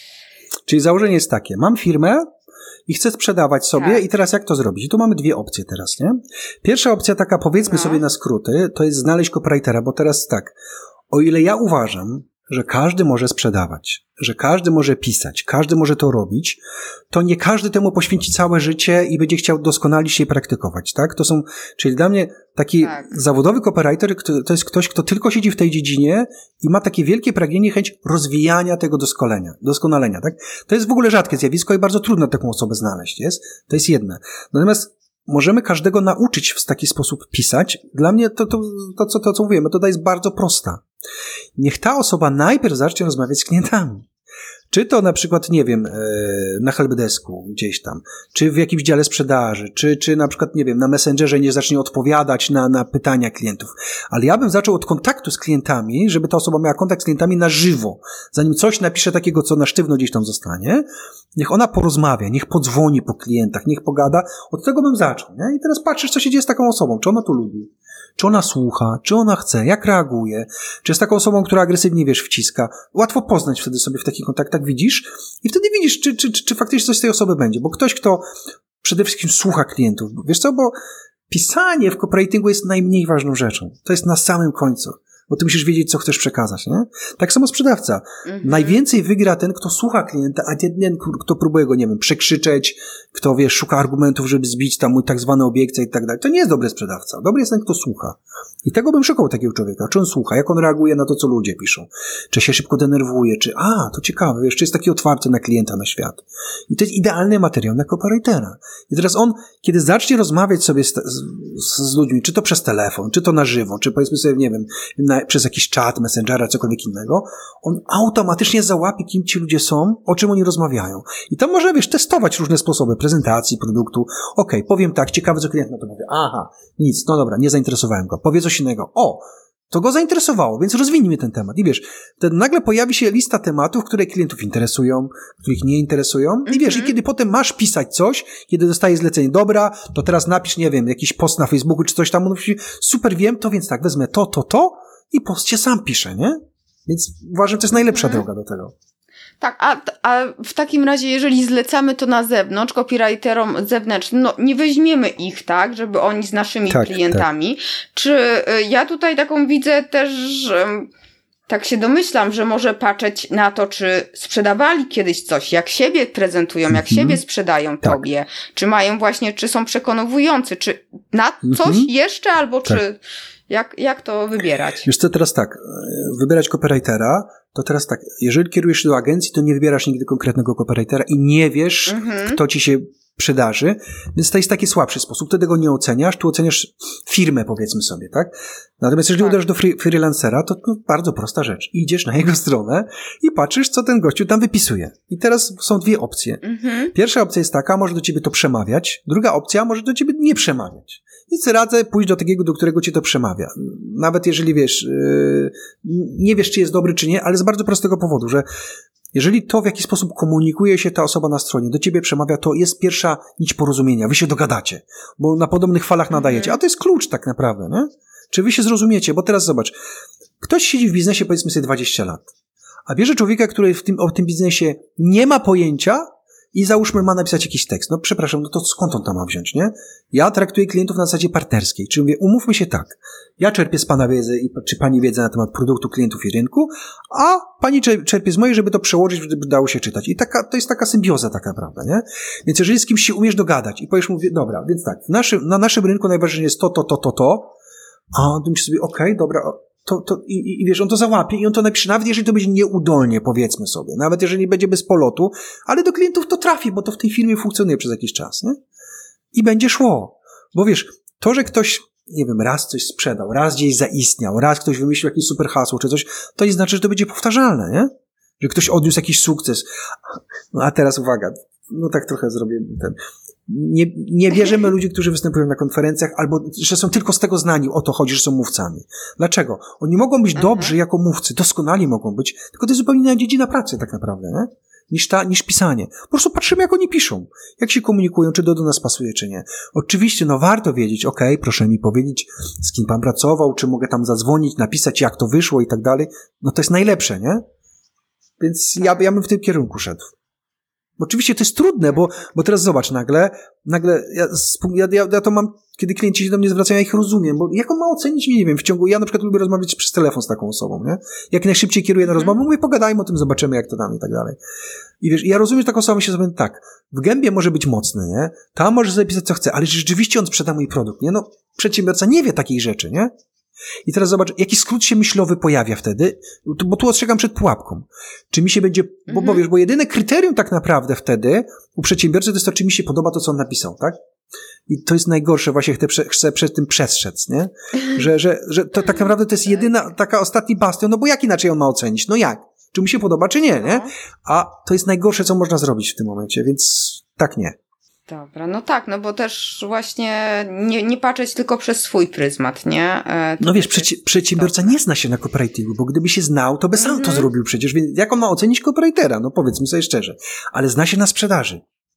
Czyli założenie jest takie, mam firmę, i chcę sprzedawać sobie tak. I teraz jak to zrobić? I tu mamy dwie opcje teraz, nie? Pierwsza opcja taka, powiedzmy no. sobie na skróty, to jest znaleźć copywritera, bo teraz tak, o ile ja uważam, że każdy może sprzedawać, że każdy może pisać, każdy może to robić, to nie każdy temu poświęci całe życie i będzie chciał doskonalić się i praktykować, tak? To są, czyli dla mnie taki tak. zawodowy copywriter to jest ktoś, kto tylko siedzi w tej dziedzinie i ma takie wielkie pragnienie, chęć rozwijania tego doskonalenia, doskonalenia, tak? To jest w ogóle rzadkie zjawisko i bardzo trudno taką osobę znaleźć, jest? To jest jedne. Natomiast możemy każdego nauczyć w taki sposób pisać. Dla mnie to, to, to, to, to co mówimy, to jest bardzo prosta. Niech ta osoba najpierw zacznie rozmawiać z klientami. Czy to na przykład, nie wiem, na helpdesku gdzieś tam, czy w jakimś dziale sprzedaży, czy, czy na przykład, nie wiem, na Messengerze nie zacznie odpowiadać na, na pytania klientów. Ale ja bym zaczął od kontaktu z klientami, żeby ta osoba miała kontakt z klientami na żywo. Zanim coś napisze takiego, co na sztywno gdzieś tam zostanie, niech ona porozmawia, niech podzwoni po klientach, niech pogada. Od tego bym zaczął, nie? I teraz patrzysz, co się dzieje z taką osobą. Czy ona to lubi? Czy ona słucha? Czy ona chce? Jak reaguje? Czy jest taką osobą, która agresywnie, wiesz, wciska? Łatwo poznać wtedy sobie w takich kontaktach widzisz i wtedy widzisz, czy, czy, czy, czy faktycznie coś z tej osoby będzie. Bo ktoś, kto przede wszystkim słucha klientów. Wiesz co, bo pisanie w copywritingu jest najmniej ważną rzeczą. To jest na samym końcu. Bo ty musisz wiedzieć, co chcesz przekazać, nie? Tak samo sprzedawca. Mhm. Najwięcej wygra ten, kto słucha klienta, a nie ten, kto próbuje go, nie wiem, przekrzyczeć, kto, wiesz, szuka argumentów, żeby zbić tam mój tak zwany obiekcje i tak dalej. To nie jest dobry sprzedawca. Dobry jest ten, kto słucha. I tego bym szukał takiego człowieka. Czy on słucha? Jak on reaguje na to, co ludzie piszą? Czy się szybko denerwuje? Czy, a, to ciekawe, wiesz, czy jest taki otwarty na klienta, na świat? I to jest idealny materiał na copywritera. I teraz on, kiedy zacznie rozmawiać sobie z, z, z ludźmi, czy to przez telefon, czy to na żywo, czy powiedzmy sobie, nie wiem, na, przez jakiś czat, Messengera, cokolwiek innego, on automatycznie załapie, kim ci ludzie są, o czym oni rozmawiają. I tam może, wiesz, testować różne sposoby prezentacji produktu. Okej, okay, powiem tak, ciekawe, co klient na to powie. Aha, nic, no dobra, nie zainteresowałem go. Powie coś innego. O, to go zainteresowało, więc rozwinijmy ten temat. I wiesz, wtedy nagle pojawi się lista tematów, które klientów interesują, których nie interesują. I wiesz, mm-hmm. i kiedy potem masz pisać coś, kiedy dostajesz zlecenie, dobra, to teraz napisz, nie wiem, jakiś post na Facebooku, czy coś tam, mówi, super, wiem, to więc tak, wezmę to, to, to i post się sam pisze, nie? Więc uważam, to jest najlepsza mm. droga do tego. Tak, a, a w takim razie, jeżeli zlecamy to na zewnątrz, copywriterom zewnętrznym, no nie weźmiemy ich, tak, żeby oni z naszymi tak, klientami. Tak. Czy ja tutaj taką widzę też, że tak się domyślam, że może patrzeć na to, czy sprzedawali kiedyś coś, jak siebie prezentują, jak mm-hmm. siebie sprzedają tak. tobie, czy mają właśnie, czy są przekonujący, czy na coś mm-hmm. jeszcze, albo tak. czy... Jak, jak to wybierać? Wiesz co, teraz tak, wybierać copywritera, to teraz tak, jeżeli kierujesz się do agencji, to nie wybierasz nigdy konkretnego copywritera i nie wiesz, mm-hmm. kto ci się przydarzy, więc to jest taki słabszy sposób. Ty tego nie oceniasz, tu oceniasz firmę, powiedzmy sobie, tak? Natomiast jeżeli tak. uderzysz do free, freelancera, to no, bardzo prosta rzecz. Idziesz na jego stronę i patrzysz, co ten gościu tam wypisuje. I teraz są dwie opcje. Mm-hmm. Pierwsza opcja jest taka, może do ciebie to przemawiać. Druga opcja może do ciebie nie przemawiać. Więc radzę pójść do takiego, do którego cię to przemawia. Nawet jeżeli wiesz, yy, nie wiesz, czy jest dobry, czy nie, ale z bardzo prostego powodu, że jeżeli to, w jaki sposób komunikuje się ta osoba na stronie, do ciebie przemawia, to jest pierwsza nić porozumienia. Wy się dogadacie, bo na podobnych falach nadajecie. A to jest klucz tak naprawdę, nie? Czy wy się zrozumiecie? Bo teraz zobacz, ktoś siedzi w biznesie, powiedzmy sobie dwadzieścia lat, a bierze człowieka, który w tym, o tym biznesie nie ma pojęcia i załóżmy ma napisać jakiś tekst. No przepraszam, no to skąd on to ma wziąć, nie? Ja traktuję klientów na zasadzie partnerskiej, czyli mówię, umówmy się tak, ja czerpię z pana wiedzy, czy pani wiedzę na temat produktu, klientów i rynku, a pani czerpie z mojej, żeby to przełożyć, żeby dało się czytać. I taka, to jest taka symbioza tak naprawdę, nie? Więc jeżeli z kimś się umiesz dogadać i powiesz mu, dobra, więc tak, w naszym, na naszym rynku najważniejsze jest to, to, to, to, to, a on myśli sobie, okej, okay, dobra, to, to, i, i wiesz, on to załapie i on to napisze, nawet jeżeli to będzie nieudolnie, powiedzmy sobie, nawet jeżeli będzie bez polotu, ale do klientów to trafi, bo to w tej firmie funkcjonuje przez jakiś czas, nie? I będzie szło. Bo wiesz, to, że ktoś, nie wiem, raz coś sprzedał, raz gdzieś zaistniał, raz ktoś wymyślił jakieś super hasło czy coś, to nie znaczy, że to będzie powtarzalne, nie? Że ktoś odniósł jakiś sukces. No a teraz uwaga, no tak trochę zrobię ten... Nie, nie bierzemy ludzi, którzy występują na konferencjach, albo że są tylko z tego znani, o to chodzi, że są mówcami. Dlaczego? Oni mogą być dobrzy mhm. jako mówcy, doskonali mogą być, tylko to jest zupełnie inna dziedzina pracy tak naprawdę, nie? Niż, ta, niż pisanie. Po prostu patrzymy, jak oni piszą, jak się komunikują, czy to do nas pasuje, czy nie. Oczywiście, no warto wiedzieć, okej, okay, proszę mi powiedzieć, z kim pan pracował, czy mogę tam zadzwonić, napisać, jak to wyszło i tak dalej. No to jest najlepsze, nie? Więc ja, ja bym w tym kierunku szedł. Oczywiście to jest trudne, bo, bo teraz zobacz, nagle, nagle, ja, ja, ja to mam, kiedy klienci się do mnie zwracają, ja ich rozumiem, bo jak on ma ocenić mnie, nie wiem, w ciągu, ja na przykład lubię rozmawiać przez telefon z taką osobą, nie? Jak najszybciej kieruję na rozmowę, mówię, pogadajmy o tym, zobaczymy, jak to tam i tak dalej. I wiesz, ja rozumiem, że taką osobą się sobie tak, w gębie może być mocny, nie? Tam może zapisać, co chce, ale rzeczywiście on sprzeda mój produkt, nie? No, przedsiębiorca nie wie takich rzeczy, nie? I teraz zobacz, jaki skrót się myślowy pojawia wtedy, bo tu ostrzegam przed pułapką. Czy mi się będzie, bo, bo wiesz, bo jedyne kryterium tak naprawdę wtedy u przedsiębiorcy to jest to, czy mi się podoba to, co on napisał, tak? I to jest najgorsze, właśnie chcę, chcę przed tym przestrzec, nie? Że, że, że to tak naprawdę to jest jedyna, taka ostatni bastion, no bo jak inaczej on ma ocenić? No jak? Czy mu się podoba, czy nie, nie? A to jest najgorsze, co można zrobić w tym momencie, więc tak nie. Dobra, no tak, no bo też właśnie nie, nie patrzeć tylko przez swój pryzmat, nie? E, no wiesz, przeci- przedsiębiorca nie zna się na copywritingu, bo gdyby się znał, to by sam mm-hmm. to zrobił przecież, więc jak on ma ocenić copywritera? No powiedzmy sobie szczerze. Ale zna się na sprzedaży.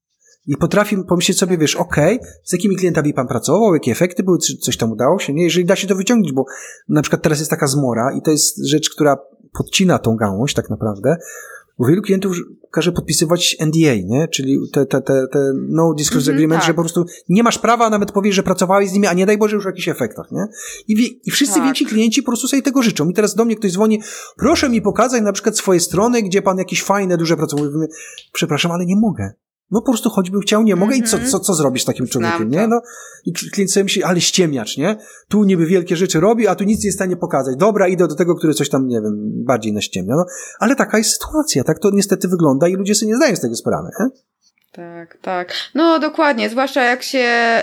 I potrafi pomyśleć sobie, wiesz, okej, okay, z jakimi klientami pan pracował, jakie efekty były, czy coś tam udało się, nie? Jeżeli da się to wyciągnąć, bo na przykład teraz jest taka zmora i to jest rzecz, która podcina tą gałąź tak naprawdę, bo wielu klientów każe podpisywać N D A, nie? Czyli te, te, te, te no disclosure mm-hmm, agreement, tak. Że po prostu nie masz prawa, nawet powiesz, że pracowałeś z nimi, a nie daj Boże już o jakichś efektach, nie? I, wie, i wszyscy tak. Więksi klienci po prostu sobie tego życzą. I teraz do mnie ktoś dzwoni, proszę mi pokazać na przykład swoje strony, gdzie pan jakieś fajne, duże pracowały. Mówię, przepraszam, ale nie mogę. No po prostu choćbym chciał, nie mogę mm-hmm. i co, co, co zrobisz z takim człowiekiem, nie? No i klient sobie myśli, ale ściemniacz, nie? Tu niby wielkie rzeczy robi, a tu nic nie jest w stanie pokazać. Dobra, idę do tego, który coś tam, nie wiem, bardziej naściemnia. No, ale taka jest sytuacja, tak to niestety wygląda i ludzie sobie nie zdają z tego sprawy, nie? Tak, tak. No dokładnie, zwłaszcza jak się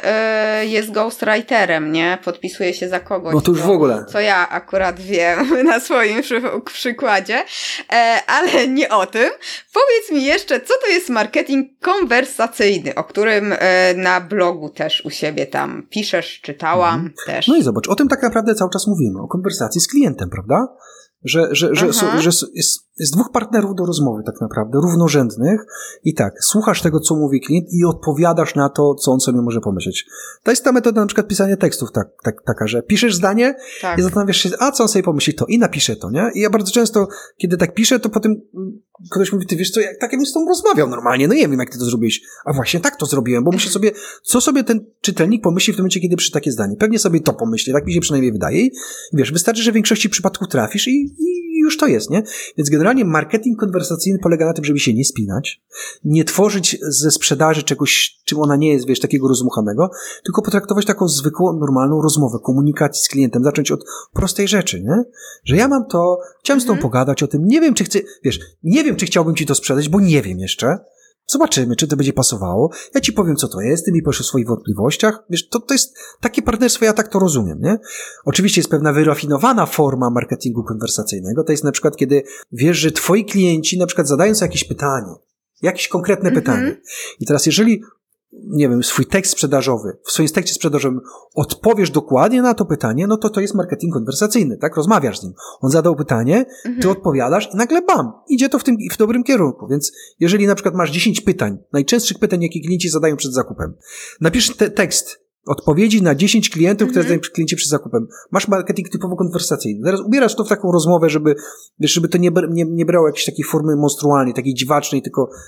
y, jest ghostwriterem, nie? Podpisuje się za kogoś. No to już co, w ogóle. Co ja akurat wiem na swoim przy, przykładzie, e, ale nie o tym. Powiedz mi jeszcze, co to jest marketing konwersacyjny, o którym e, na blogu też u siebie tam piszesz, czytałam mhm. też. No i zobacz, o tym tak naprawdę cały czas mówimy, o konwersacji z klientem, prawda? Że, że, że, so, że jest, jest dwóch partnerów do rozmowy tak naprawdę, równorzędnych i tak, słuchasz tego, co mówi klient i odpowiadasz na to, co on sobie może pomyśleć. To jest ta metoda na przykład pisania tekstów tak, tak, taka, że piszesz zdanie tak. I zastanawiasz się, a co on sobie pomyśli, to i napisze to, nie? I ja bardzo często, kiedy tak piszę, to potem ktoś mówi, ty wiesz co, jak, tak ja bym z tobą rozmawiał normalnie, no nie wiem, jak ty to zrobiłeś. A właśnie tak to zrobiłem, bo myślę sobie, co sobie ten czytelnik pomyśli w tym momencie, kiedy pisze takie zdanie. Pewnie sobie to pomyśli, tak mi się przynajmniej wydaje. I wiesz, wystarczy, że w większości przypadków trafisz i, i już to jest, nie? Więc generalnie marketing konwersacyjny polega na tym, żeby się nie spinać, nie tworzyć ze sprzedaży czegoś, czym ona nie jest, wiesz, takiego rozmuchanego, tylko potraktować taką zwykłą, normalną rozmowę, komunikacji z klientem, zacząć od prostej rzeczy, nie? Że ja mam to, chciałem z tobą mhm. pogadać o tym, nie wiem, czy chcę, wiesz, nie wiem, czy chciałbym ci to sprzedać, bo nie wiem jeszcze. Zobaczymy, czy to będzie pasowało. Ja ci powiem, co to jest, ty mi powiesz o swoich wątpliwościach. Wiesz, to, to jest takie partnerstwo, ja tak to rozumiem, nie? Oczywiście jest pewna wyrafinowana forma marketingu konwersacyjnego. To jest na przykład, kiedy wiesz, że twoi klienci na przykład zadają sobie jakieś pytanie, jakieś konkretne mm-hmm. pytanie. I teraz jeżeli nie wiem, swój tekst sprzedażowy, w swoim tekście sprzedażowym odpowiesz dokładnie na to pytanie, no to to jest marketing konwersacyjny, tak? Rozmawiasz z nim. On zadał pytanie, mhm. ty odpowiadasz i nagle bam, idzie to w tym, w dobrym kierunku. Więc jeżeli na przykład masz dziesięć pytań, najczęstszych pytań, jakie klienci zadają przed zakupem, napisz te, tekst odpowiedzi na dziesięć klientów, które mhm. zadają klienci przed zakupem. Masz marketing typowo konwersacyjny. Teraz ubierasz to w taką rozmowę, żeby, wiesz, żeby to nie, nie, nie brało jakiejś takiej formy monstrualnej, takiej dziwacznej, tylko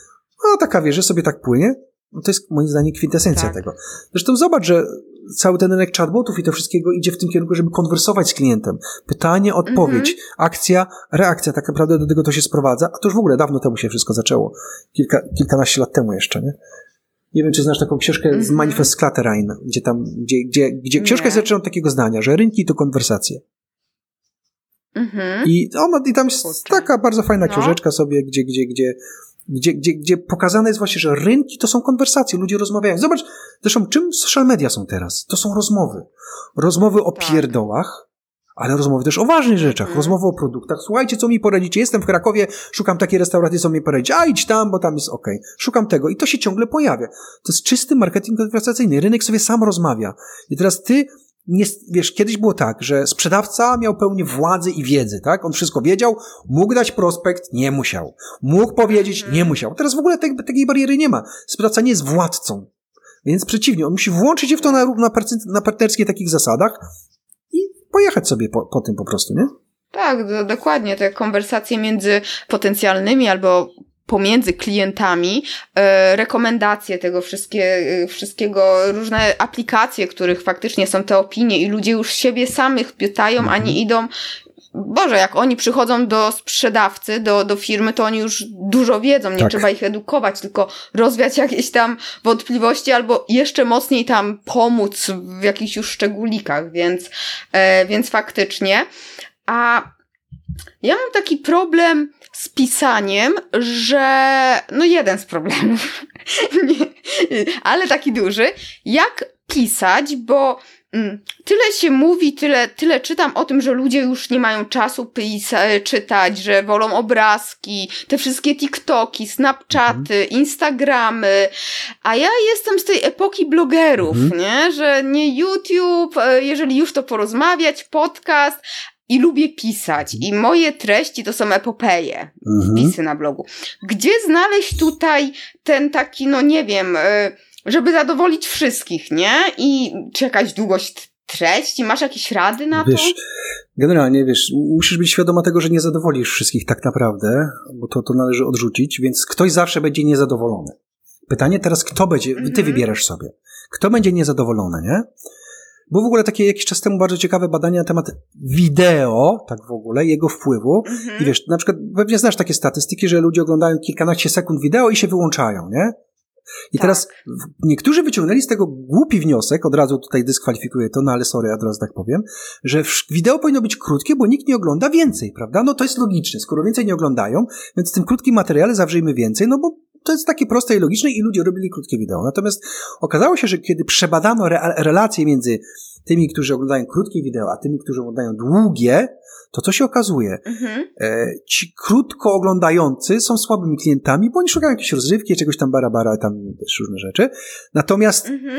no taka, wiesz, że sobie tak płynie. No to jest moim zdaniem kwintesencja tak. tego. Zresztą zobacz, że cały ten rynek chatbotów i to wszystkiego idzie w tym kierunku, żeby konwersować z klientem. Pytanie, odpowiedź, mm-hmm. akcja, reakcja, tak naprawdę do tego to się sprowadza, a to już w ogóle dawno temu się wszystko zaczęło. Kilka, kilkanaście lat temu jeszcze, nie? Nie wiem, czy znasz taką książkę mm-hmm. z Manifest Clutterine, gdzie tam, gdzie, gdzie, gdzie książka jest zaczęła od takiego zdania, że rynki to konwersacje. Mm-hmm. I, ona, I tam jest Kurczę. taka bardzo fajna no. książeczka sobie, gdzie, gdzie, gdzie Gdzie, gdzie, gdzie pokazane jest właśnie, że rynki to są konwersacje, ludzie rozmawiają. Zobacz, zresztą czym social media są teraz? To są rozmowy. Rozmowy o tak. pierdołach, ale rozmowy też o ważnych rzeczach. Mm. Rozmowy o produktach. Słuchajcie, co mi poradzicie? Jestem w Krakowie, szukam takiej restauracji, co mi poradzicie. A idź tam, bo tam jest okej. Okay. Szukam tego. I to się ciągle pojawia. To jest czysty marketing konwersacyjny. Rynek sobie sam rozmawia. I teraz ty Nie, wiesz, kiedyś było tak, że sprzedawca miał pełnię władzy i wiedzy, tak? On wszystko wiedział, mógł dać prospekt, nie musiał. Mógł powiedzieć, nie musiał. Teraz w ogóle tej, takiej bariery nie ma. Sprzedawca nie jest władcą. Więc przeciwnie, on musi włączyć się w to na, na, na partnerskich takich zasadach i pojechać sobie po, po tym po prostu, nie? Tak, do, dokładnie. Te konwersacje między potencjalnymi albo pomiędzy klientami, e, rekomendacje tego wszystkie, e, wszystkiego, różne aplikacje, których faktycznie są te opinie i ludzie już siebie samych pytają, a nie idą. Boże, jak oni przychodzą do sprzedawcy, do, do firmy, to oni już dużo wiedzą, nie tak. trzeba ich edukować, tylko rozwiać jakieś tam wątpliwości albo jeszcze mocniej tam pomóc w jakichś już szczególikach, więc, e, więc faktycznie. A ja mam taki problem z pisaniem, że no jeden z problemów, nie, ale taki duży, jak pisać, bo mm, tyle się mówi, tyle, tyle czytam o tym, że ludzie już nie mają czasu pisa- czytać, że wolą obrazki, te wszystkie TikToki, Snapchaty, mhm. Instagramy, a ja jestem z tej epoki blogerów, mhm. nie, że nie YouTube, jeżeli już to porozmawiać, podcast, i lubię pisać. I moje treści to są epopeje, mhm. wpisy na blogu. Gdzie znaleźć tutaj ten taki, no nie wiem, żeby zadowolić wszystkich, nie? I czy jakaś długość treści? Masz jakieś rady na wiesz, to? Generalnie, wiesz, musisz być świadoma tego, że nie zadowolisz wszystkich tak naprawdę, bo to, to należy odrzucić, więc ktoś zawsze będzie niezadowolony. Pytanie teraz, kto będzie, mhm. ty wybierasz sobie. Kto będzie niezadowolony, nie? Było w ogóle takie jakiś czas temu bardzo ciekawe badania na temat wideo, tak w ogóle, jego wpływu. Mm-hmm. I wiesz, na przykład pewnie znasz takie statystyki, że ludzie oglądają kilkanaście sekund wideo i się wyłączają, nie? I tak. teraz niektórzy wyciągnęli z tego głupi wniosek, od razu tutaj dyskwalifikuję to, no ale sorry, od razu tak powiem, że wideo powinno być krótkie, bo nikt nie ogląda więcej, prawda? No to jest logiczne, skoro więcej nie oglądają, więc w tym krótkim materiale zawrzyjmy więcej, no bo to jest takie proste i logiczne i ludzie robili krótkie wideo. Natomiast okazało się, że kiedy przebadano re- relacje między tymi, którzy oglądają krótkie wideo, a tymi, którzy oglądają długie, to co się okazuje? Mhm. E, ci krótko oglądający są słabymi klientami, bo oni szukają jakiejś rozrywki, czegoś tam bara-bara, tam też różne rzeczy. Natomiast mhm.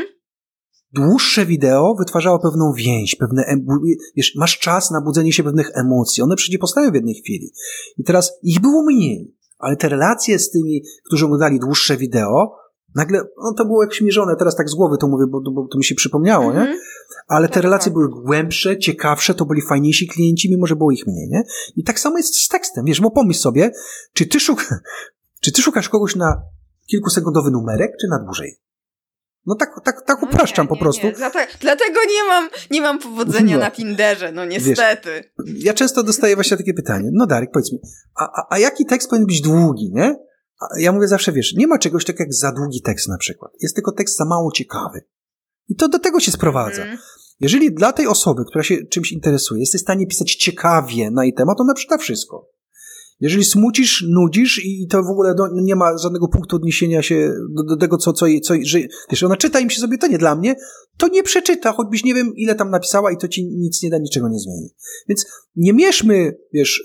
dłuższe wideo wytwarzało pewną więź, pewne, wiesz, masz czas na budzenie się pewnych emocji. One przecież powstają w jednej chwili. I teraz ich było mniej. Ale te relacje z tymi, którzy oglądali dłuższe wideo, nagle, no to było jakieś mierzone, teraz tak z głowy to mówię, bo, bo to mi się przypomniało, mm-hmm. nie? Ale te tak, relacje tak. były głębsze, ciekawsze, to byli fajniejsi klienci, mimo że było ich mniej, nie? I tak samo jest z tekstem, wiesz, bo pomyśl sobie, czy ty, szuk- czy ty szukasz kogoś na kilkusekundowy numerek, czy na dłużej? No tak, tak, tak upraszczam no nie, po prostu. Nie, nie. Zata- dlatego nie mam, nie mam powodzenia no. na Tinderze, no niestety. Wiesz, ja często dostaję właśnie takie pytanie. No Darek, powiedz mi, a, a, a jaki tekst powinien być długi, nie? A ja mówię zawsze, wiesz, nie ma czegoś takiego jak za długi tekst na przykład. Jest tylko tekst za mało ciekawy. I to do tego się sprowadza. Mm. Jeżeli dla tej osoby, która się czymś interesuje, jesteś w stanie pisać ciekawie na jej temat, to ona przeczyta wszystko. Jeżeli smucisz, nudzisz i to w ogóle do, nie ma żadnego punktu odniesienia się do, do tego, co, co, co że, wiesz, ona czyta i myśli sobie, to nie dla mnie, to nie przeczyta, choćbyś nie wiem, ile tam napisała i to ci nic nie da, niczego nie zmieni. Więc nie mierzmy, wiesz,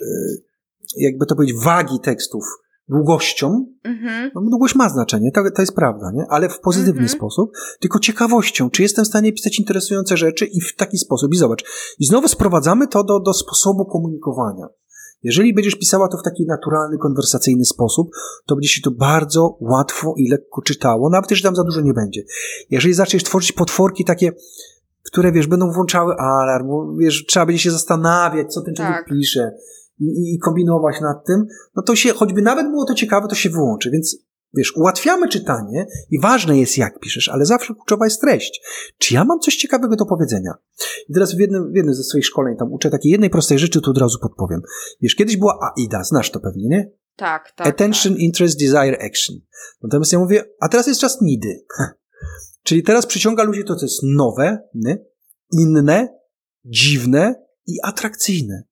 jakby to powiedzieć, wagi tekstów długością, mm-hmm. no długość ma znaczenie, to, to jest prawda, nie? Ale w pozytywny mm-hmm. sposób, tylko ciekawością, czy jestem w stanie pisać interesujące rzeczy i w taki sposób. I zobacz, i znowu sprowadzamy to do, do sposobu komunikowania. Jeżeli będziesz pisała to w taki naturalny, konwersacyjny sposób, to będzie się to bardzo łatwo i lekko czytało, nawet jeżeli tam za dużo nie będzie. Jeżeli zaczniesz tworzyć potworki takie, które, wiesz, będą włączały alarm, bo, wiesz, trzeba będzie się zastanawiać, co ten człowiek tak. pisze i, i kombinować nad tym, no to się, choćby nawet było to ciekawe, to się wyłączy, więc wiesz, ułatwiamy czytanie i ważne jest, jak piszesz, ale zawsze kluczowa jest treść. Czy ja mam coś ciekawego do powiedzenia? I teraz w jednym, w jednym ze swoich szkoleń tam uczę takiej jednej prostej rzeczy, tu od razu podpowiem. Wiesz, kiedyś była A I D A, znasz to pewnie, nie? Tak, tak. Attention, tak. Interest, Desire, Action. Natomiast ja mówię, a teraz jest czas nidy. Czyli teraz przyciąga ludzi to, co jest nowe, nie? Inne, dziwne i atrakcyjne.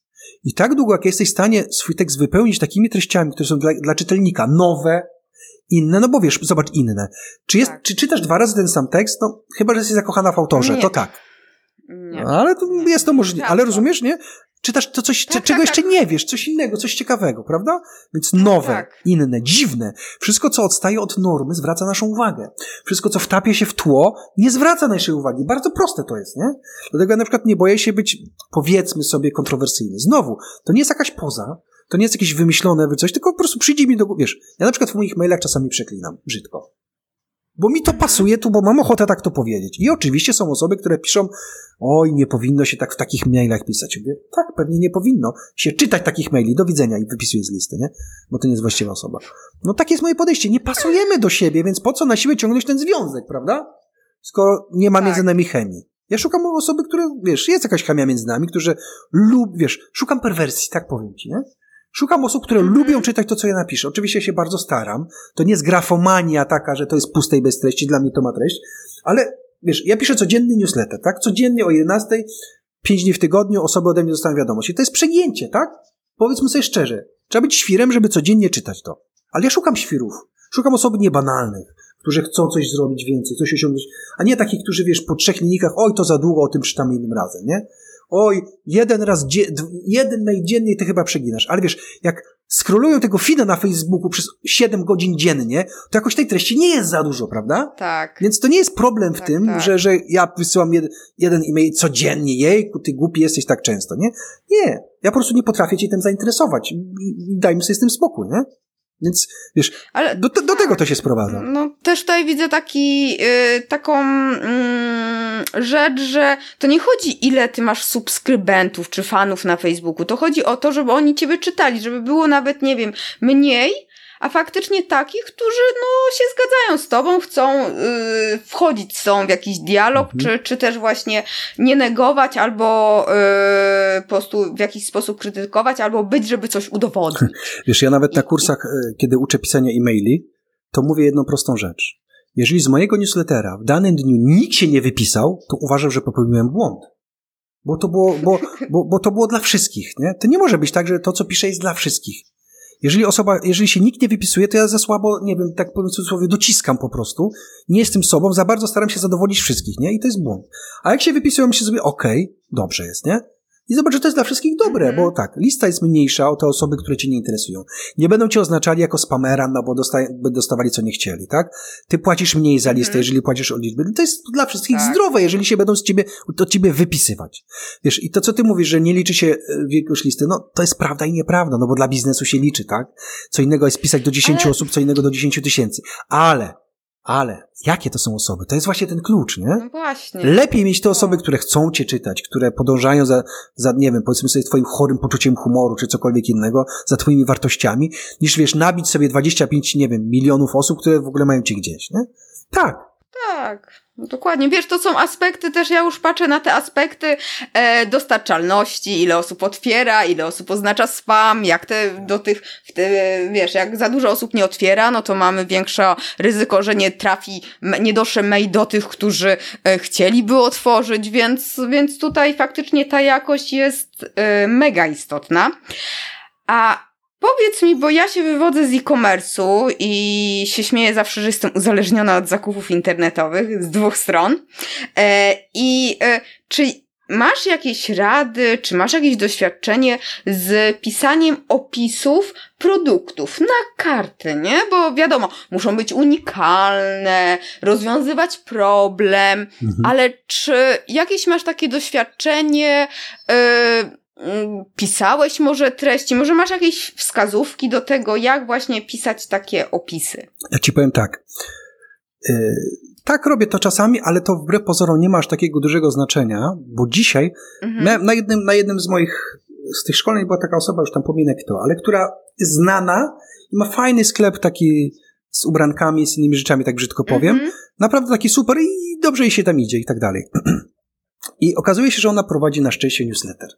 I tak długo, jak jesteś w stanie swój tekst wypełnić takimi treściami, które są dla, dla czytelnika nowe, inne, no bo wiesz, zobacz, inne. Czy, jest, tak. czy czytasz dwa razy ten sam tekst? No chyba, że jesteś zakochana w autorze, nie. to tak. Nie. No, ale to nie. jest to możliwe. Ale rozumiesz, nie? Czytasz to coś, tak, czego tak, jeszcze tak. nie wiesz, coś innego, coś ciekawego, prawda? Więc nowe, tak. inne, dziwne. Wszystko, co odstaje od normy, zwraca naszą uwagę. Wszystko, co wtapie się w tło, nie zwraca naszej uwagi. Bardzo proste to jest, nie? Dlatego ja na przykład nie boję się być, powiedzmy sobie, kontrowersyjny. Znowu, to nie jest jakaś poza, to nie jest jakieś wymyślone coś, tylko po prostu przyjdzie mi do głowy. Wiesz, ja na przykład w moich mailach czasami przeklinam brzydko. Bo mi to pasuje tu, bo mam ochotę tak to powiedzieć. I oczywiście są osoby, które piszą, oj, nie powinno się tak w takich mailach pisać. Ja mówię, tak, pewnie nie powinno się czytać takich maili, do widzenia i wypisuję z listy, nie? Bo to nie jest właściwa osoba. No takie jest moje podejście, nie pasujemy do siebie, więc po co na siłę ciągnąć ten związek, prawda? Skoro nie ma tak. między nami chemii. Ja szukam osoby, które, wiesz, jest jakaś chemia między nami, którzy lub, wiesz, szukam perwersji, tak powiem ci, nie? Szukam osób, które mm-hmm. lubią czytać to, co ja napiszę. Oczywiście się bardzo staram. To nie jest grafomania taka, że to jest puste i bez treści. Dla mnie to ma treść. Ale, wiesz, ja piszę codzienny newsletter, tak? Codziennie o jedenastej, pięć dni w tygodniu osoby ode mnie dostają wiadomość. I to jest przegięcie, tak? Powiedzmy sobie szczerze. Trzeba być świrem, żeby codziennie czytać to. Ale ja szukam świrów. Szukam osoby niebanalnych, którzy chcą coś zrobić więcej, coś osiągnąć. A nie takich, którzy, wiesz, po trzech linijkach, oj, to za długo, o tym czytam innym razem, nie? Oj, jeden raz, dzie- jeden mail dziennie ty chyba przeginasz. Ale wiesz, jak scrollują tego feeda na Facebooku przez siedem godzin dziennie, to jakoś tej treści nie jest za dużo, prawda? Tak. Więc to nie jest problem w tak, tym, tak. Że, że ja wysyłam jed- jeden e-mail codziennie. Jejku, ty głupi jesteś tak często, nie? Nie. Ja po prostu nie potrafię cię tym zainteresować. I, i dajmy sobie z tym spokój, nie? Więc, wiesz, ale, do, do tak, tego to się sprowadza. No, też tutaj widzę taki, yy, taką yy, rzecz, że to nie chodzi, ile ty masz subskrybentów czy fanów na Facebooku. To chodzi o to, żeby oni ciebie czytali, żeby było nawet, nie wiem, mniej, a faktycznie takich, którzy, no, się zgadzają z tobą, chcą yy, wchodzić z tobą w jakiś dialog, mhm. czy, czy też właśnie nie negować, albo yy, po prostu w jakiś sposób krytykować, albo być, żeby coś udowodnić. Wiesz, ja nawet na kursach, kiedy uczę pisania e-maili, to mówię jedną prostą rzecz. Jeżeli z mojego newslettera w danym dniu nikt się nie wypisał, to uważam, że popełniłem błąd. Bo to było, bo, bo, bo to było dla wszystkich, nie? To nie może być tak, że to, co piszę, jest dla wszystkich. Jeżeli osoba, jeżeli się nikt nie wypisuje, to ja za słabo, nie wiem, tak powiem w cudzysłowie, dociskam po prostu. Nie jestem sobą, za bardzo staram się zadowolić wszystkich, nie? I to jest błąd. A jak się wypisują, myślę sobie, okej, okay, dobrze jest, nie? I zobacz, że to jest dla wszystkich dobre, mm-hmm. bo tak, lista jest mniejsza o te osoby, które cię nie interesują. Nie będą cię oznaczali jako spamera, no bo dosta- dostawali co nie chcieli, tak? Ty płacisz mniej za listę, mm-hmm. jeżeli płacisz od liczby. To jest dla wszystkich tak. zdrowe, jeżeli się będą z ciebie, od ciebie wypisywać. Wiesz, i to, co ty mówisz, że nie liczy się wielkość listy, no to jest prawda i nieprawda, no bo dla biznesu się liczy, tak? Co innego jest pisać do dziesięciu Ale... osób, co innego do dziesięciu tysięcy. Ale... Ale jakie to są osoby? To jest właśnie ten klucz, nie? No właśnie. Lepiej mieć te osoby, które chcą cię czytać, które podążają za, za, nie wiem, powiedzmy sobie twoim chorym poczuciem humoru, czy cokolwiek innego, za twoimi wartościami, niż, wiesz, nabić sobie dwadzieścia pięć, nie wiem, milionów osób, które w ogóle mają cię gdzieś, nie? Tak. Tak. No dokładnie. Wiesz, to są aspekty, też ja już patrzę na te aspekty e, dostarczalności, ile osób otwiera, ile osób oznacza spam, jak te do tych, te, wiesz, jak za dużo osób nie otwiera, no to mamy większe ryzyko, że nie trafi, nie dotrze mail do tych, którzy e, chcieliby otworzyć, więc, więc tutaj faktycznie ta jakość jest e, mega istotna. A powiedz mi, bo ja się wywodzę z e-commerce'u i się śmieję zawsze, że jestem uzależniona od zakupów internetowych z dwóch stron. E, I e, czy masz jakieś rady, czy masz jakieś doświadczenie z pisaniem opisów produktów na karty, nie? Bo wiadomo, muszą być unikalne, rozwiązywać problem, mhm. ale czy jakieś masz takie doświadczenie, e, pisałeś może treści, może masz jakieś wskazówki do tego, jak właśnie pisać takie opisy? Ja ci powiem tak. Yy, tak robię to czasami, ale to wbrew pozorom nie ma aż takiego dużego znaczenia, bo dzisiaj mhm. na, na, jednym, na jednym z moich z tych szkoleń była taka osoba, już tam pominę kto, ale która jest znana i ma fajny sklep taki z ubrankami, z innymi rzeczami, tak brzydko powiem. Mm-hmm. Naprawdę taki super i dobrze jej się tam idzie i tak dalej. I okazuje się, że ona prowadzi na szczęście newsletter.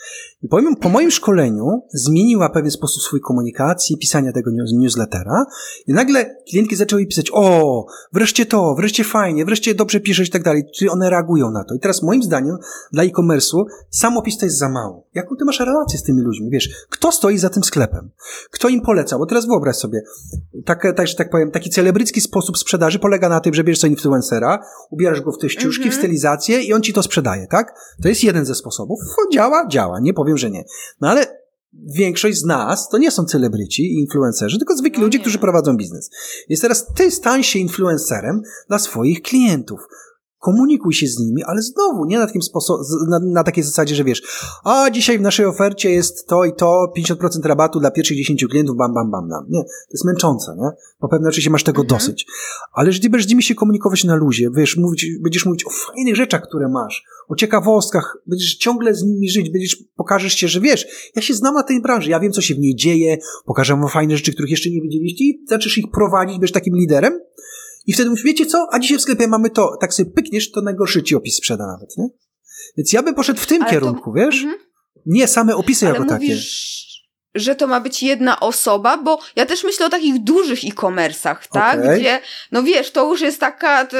I po moim, po moim szkoleniu zmieniła w pewien sposób swój komunikacji, pisania tego newslettera i nagle klientki zaczęły jej pisać, o, wreszcie to, wreszcie fajnie, wreszcie dobrze piszesz i tak dalej, czyli one reagują na to. I teraz moim zdaniem dla e-commerce'u sam opis to jest za mało. Jaką ty masz relację z tymi ludźmi, wiesz, kto stoi za tym sklepem, kto im poleca, bo teraz wyobraź sobie, tak, tak, że tak powiem, taki celebrycki sposób sprzedaży polega na tym, że bierzesz sobie influencera, ubierasz go w te ściuszki, mm-hmm. w stylizację i on ci to sprzedaje, tak? To jest jeden ze sposobów. Działa, działa, nie powiem, że nie. No ale większość z nas to nie są celebryci i influencerzy, tylko zwykli no ludzie, którzy prowadzą biznes. Więc teraz ty stań się influencerem dla swoich klientów. Komunikuj się z nimi, ale znowu nie na takim sposobie, na, na takiej zasadzie, że wiesz, a dzisiaj w naszej ofercie jest to i to, pięćdziesiąt procent rabatu dla pierwszych dziesięciu klientów, bam, bam, bam, bam. Nie, to jest męczące, nie? Po pewno oczywiście masz tego mhm. dosyć. Ale że ty będziesz z nimi się komunikować na luzie, wiesz, mówić, będziesz mówić o fajnych rzeczach, które masz, o ciekawostkach, będziesz ciągle z nimi żyć, będziesz, pokażesz się, że wiesz, ja się znam na tej branży, ja wiem, co się w niej dzieje, pokażę wam fajne rzeczy, których jeszcze nie widzieliście i zaczniesz ich prowadzić, będziesz takim liderem. I wtedy mówisz, wiecie co? A dzisiaj w sklepie mamy to. Tak sobie pykniesz, to najgorszy ci opis sprzeda nawet, nie? Więc ja bym poszedł w tym ale kierunku, to... wiesz? Mhm. Nie same opisy ale jako mówisz, takie. Że to ma być jedna osoba, bo ja też myślę o takich dużych e-commerce'ach, tak? Okay. Gdzie, no wiesz, to już jest taka t,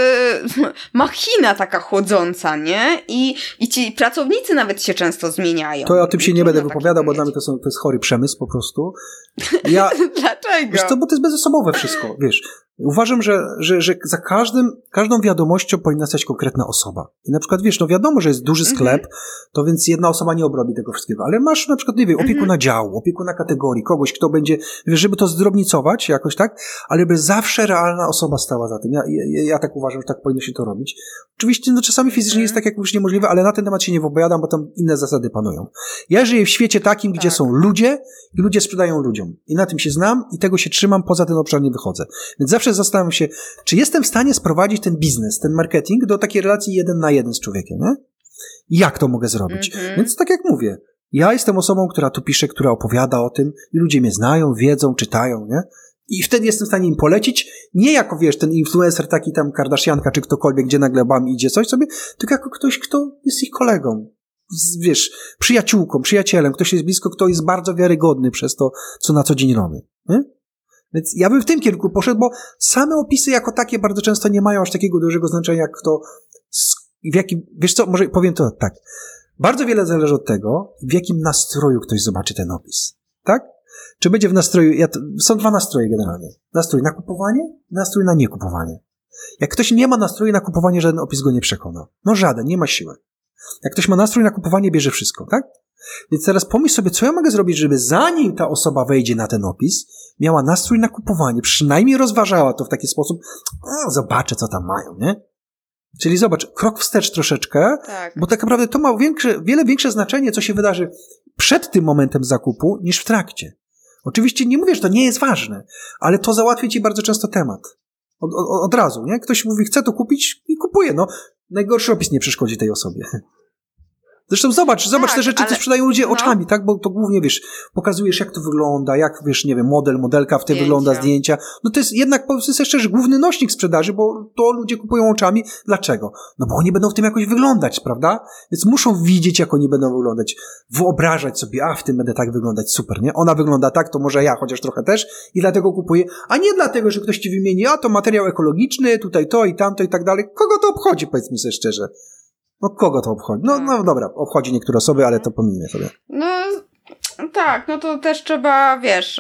machina taka chodząca, nie? I, i ci pracownicy nawet się często zmieniają. To ja o tym się nie będę wypowiadał, bo dla mnie to, są, to jest chory przemysł po prostu. Ja, Dlaczego? Wiesz co, bo to jest bezosobowe wszystko, wiesz. Uważam, że, że, że za każdym, każdą wiadomością powinna stać konkretna osoba. I na przykład, wiesz, no wiadomo, że jest duży sklep, mm-hmm. to więc jedna osoba nie obrobi tego wszystkiego, ale masz na przykład, nie wiem, opiekuna mm-hmm. działu, opiekuna kategorii, kogoś, kto będzie, wiesz, żeby to zdrobnicować jakoś, tak, ale by zawsze realna osoba stała za tym. Ja, ja, ja tak uważam, że tak powinno się to robić. Oczywiście, no czasami fizycznie mm-hmm. jest tak jak już niemożliwe, ale na ten temat się nie wypowiadam, bo tam inne zasady panują. Ja żyję w świecie takim, tak. gdzie są ludzie i ludzie sprzedają ludziom. I na tym się znam i tego się trzymam, poza ten obszar nie wychodzę. Więc zawsze zastanawiam się, czy jestem w stanie sprowadzić ten biznes, ten marketing do takiej relacji jeden na jeden z człowiekiem, nie? Jak to mogę zrobić? Mm-hmm. Więc tak jak mówię, ja jestem osobą, która tu pisze, która opowiada o tym i ludzie mnie znają, wiedzą, czytają, nie? I wtedy jestem w stanie im polecić, nie jako, wiesz, ten influencer taki tam Kardashianka czy ktokolwiek, gdzie nagle bam idzie coś sobie, tylko jako ktoś, kto jest ich kolegą, wiesz, przyjaciółką, przyjacielem, ktoś jest blisko, kto jest bardzo wiarygodny przez to, co na co dzień robi, nie? Więc ja bym w tym kierunku poszedł, bo same opisy jako takie bardzo często nie mają aż takiego dużego znaczenia, jak to, w jakim, wiesz co, może powiem to tak. Bardzo wiele zależy od tego, w jakim nastroju ktoś zobaczy ten opis. Tak? Czy będzie w nastroju, ja, są dwa nastroje generalnie. Nastrój na kupowanie, nastrój na niekupowanie. Jak ktoś nie ma nastroju na kupowanie, żaden opis go nie przekona. No żaden, nie ma siły. Jak ktoś ma nastrój na kupowanie, bierze wszystko, tak? Więc teraz pomyśl sobie, co ja mogę zrobić, żeby zanim ta osoba wejdzie na ten opis, miała nastrój na kupowanie, przynajmniej rozważała to w taki sposób, a, zobaczę, co tam mają, nie? Czyli zobacz, krok wstecz troszeczkę, tak. Bo tak naprawdę to ma większe, wiele większe znaczenie, co się wydarzy przed tym momentem zakupu, niż w trakcie. Oczywiście nie mówię, że to nie jest ważne, ale to załatwi ci bardzo często temat. Od, od, od razu, nie? Ktoś mówi, chce to kupić i kupuje, no. Najgorszy opis nie przeszkodzi tej osobie. Zresztą zobacz, zobacz tak, te rzeczy, ale, co sprzedają ludzie no. oczami, tak? Bo to głównie, wiesz, pokazujesz, jak to wygląda, jak, wiesz, nie wiem, model, modelka w tym wygląda, zdjęcia. No to jest jednak, powiedzmy sobie szczerze, główny nośnik sprzedaży, bo to ludzie kupują oczami. Dlaczego? No bo oni będą w tym jakoś wyglądać, prawda? Więc muszą widzieć, jak oni będą wyglądać. Wyobrażać sobie, a w tym będę tak wyglądać, super, nie? Ona wygląda tak, to może ja, chociaż trochę też i dlatego kupuję. A nie dlatego, że ktoś ci wymieni, a to materiał ekologiczny, tutaj to i tamto i tak dalej. Kogo to obchodzi, powiedzmy sobie szczerze? No kogo to obchodzi? No, no dobra, obchodzi niektóre osoby, ale to pominę sobie. No tak, no to też trzeba, wiesz,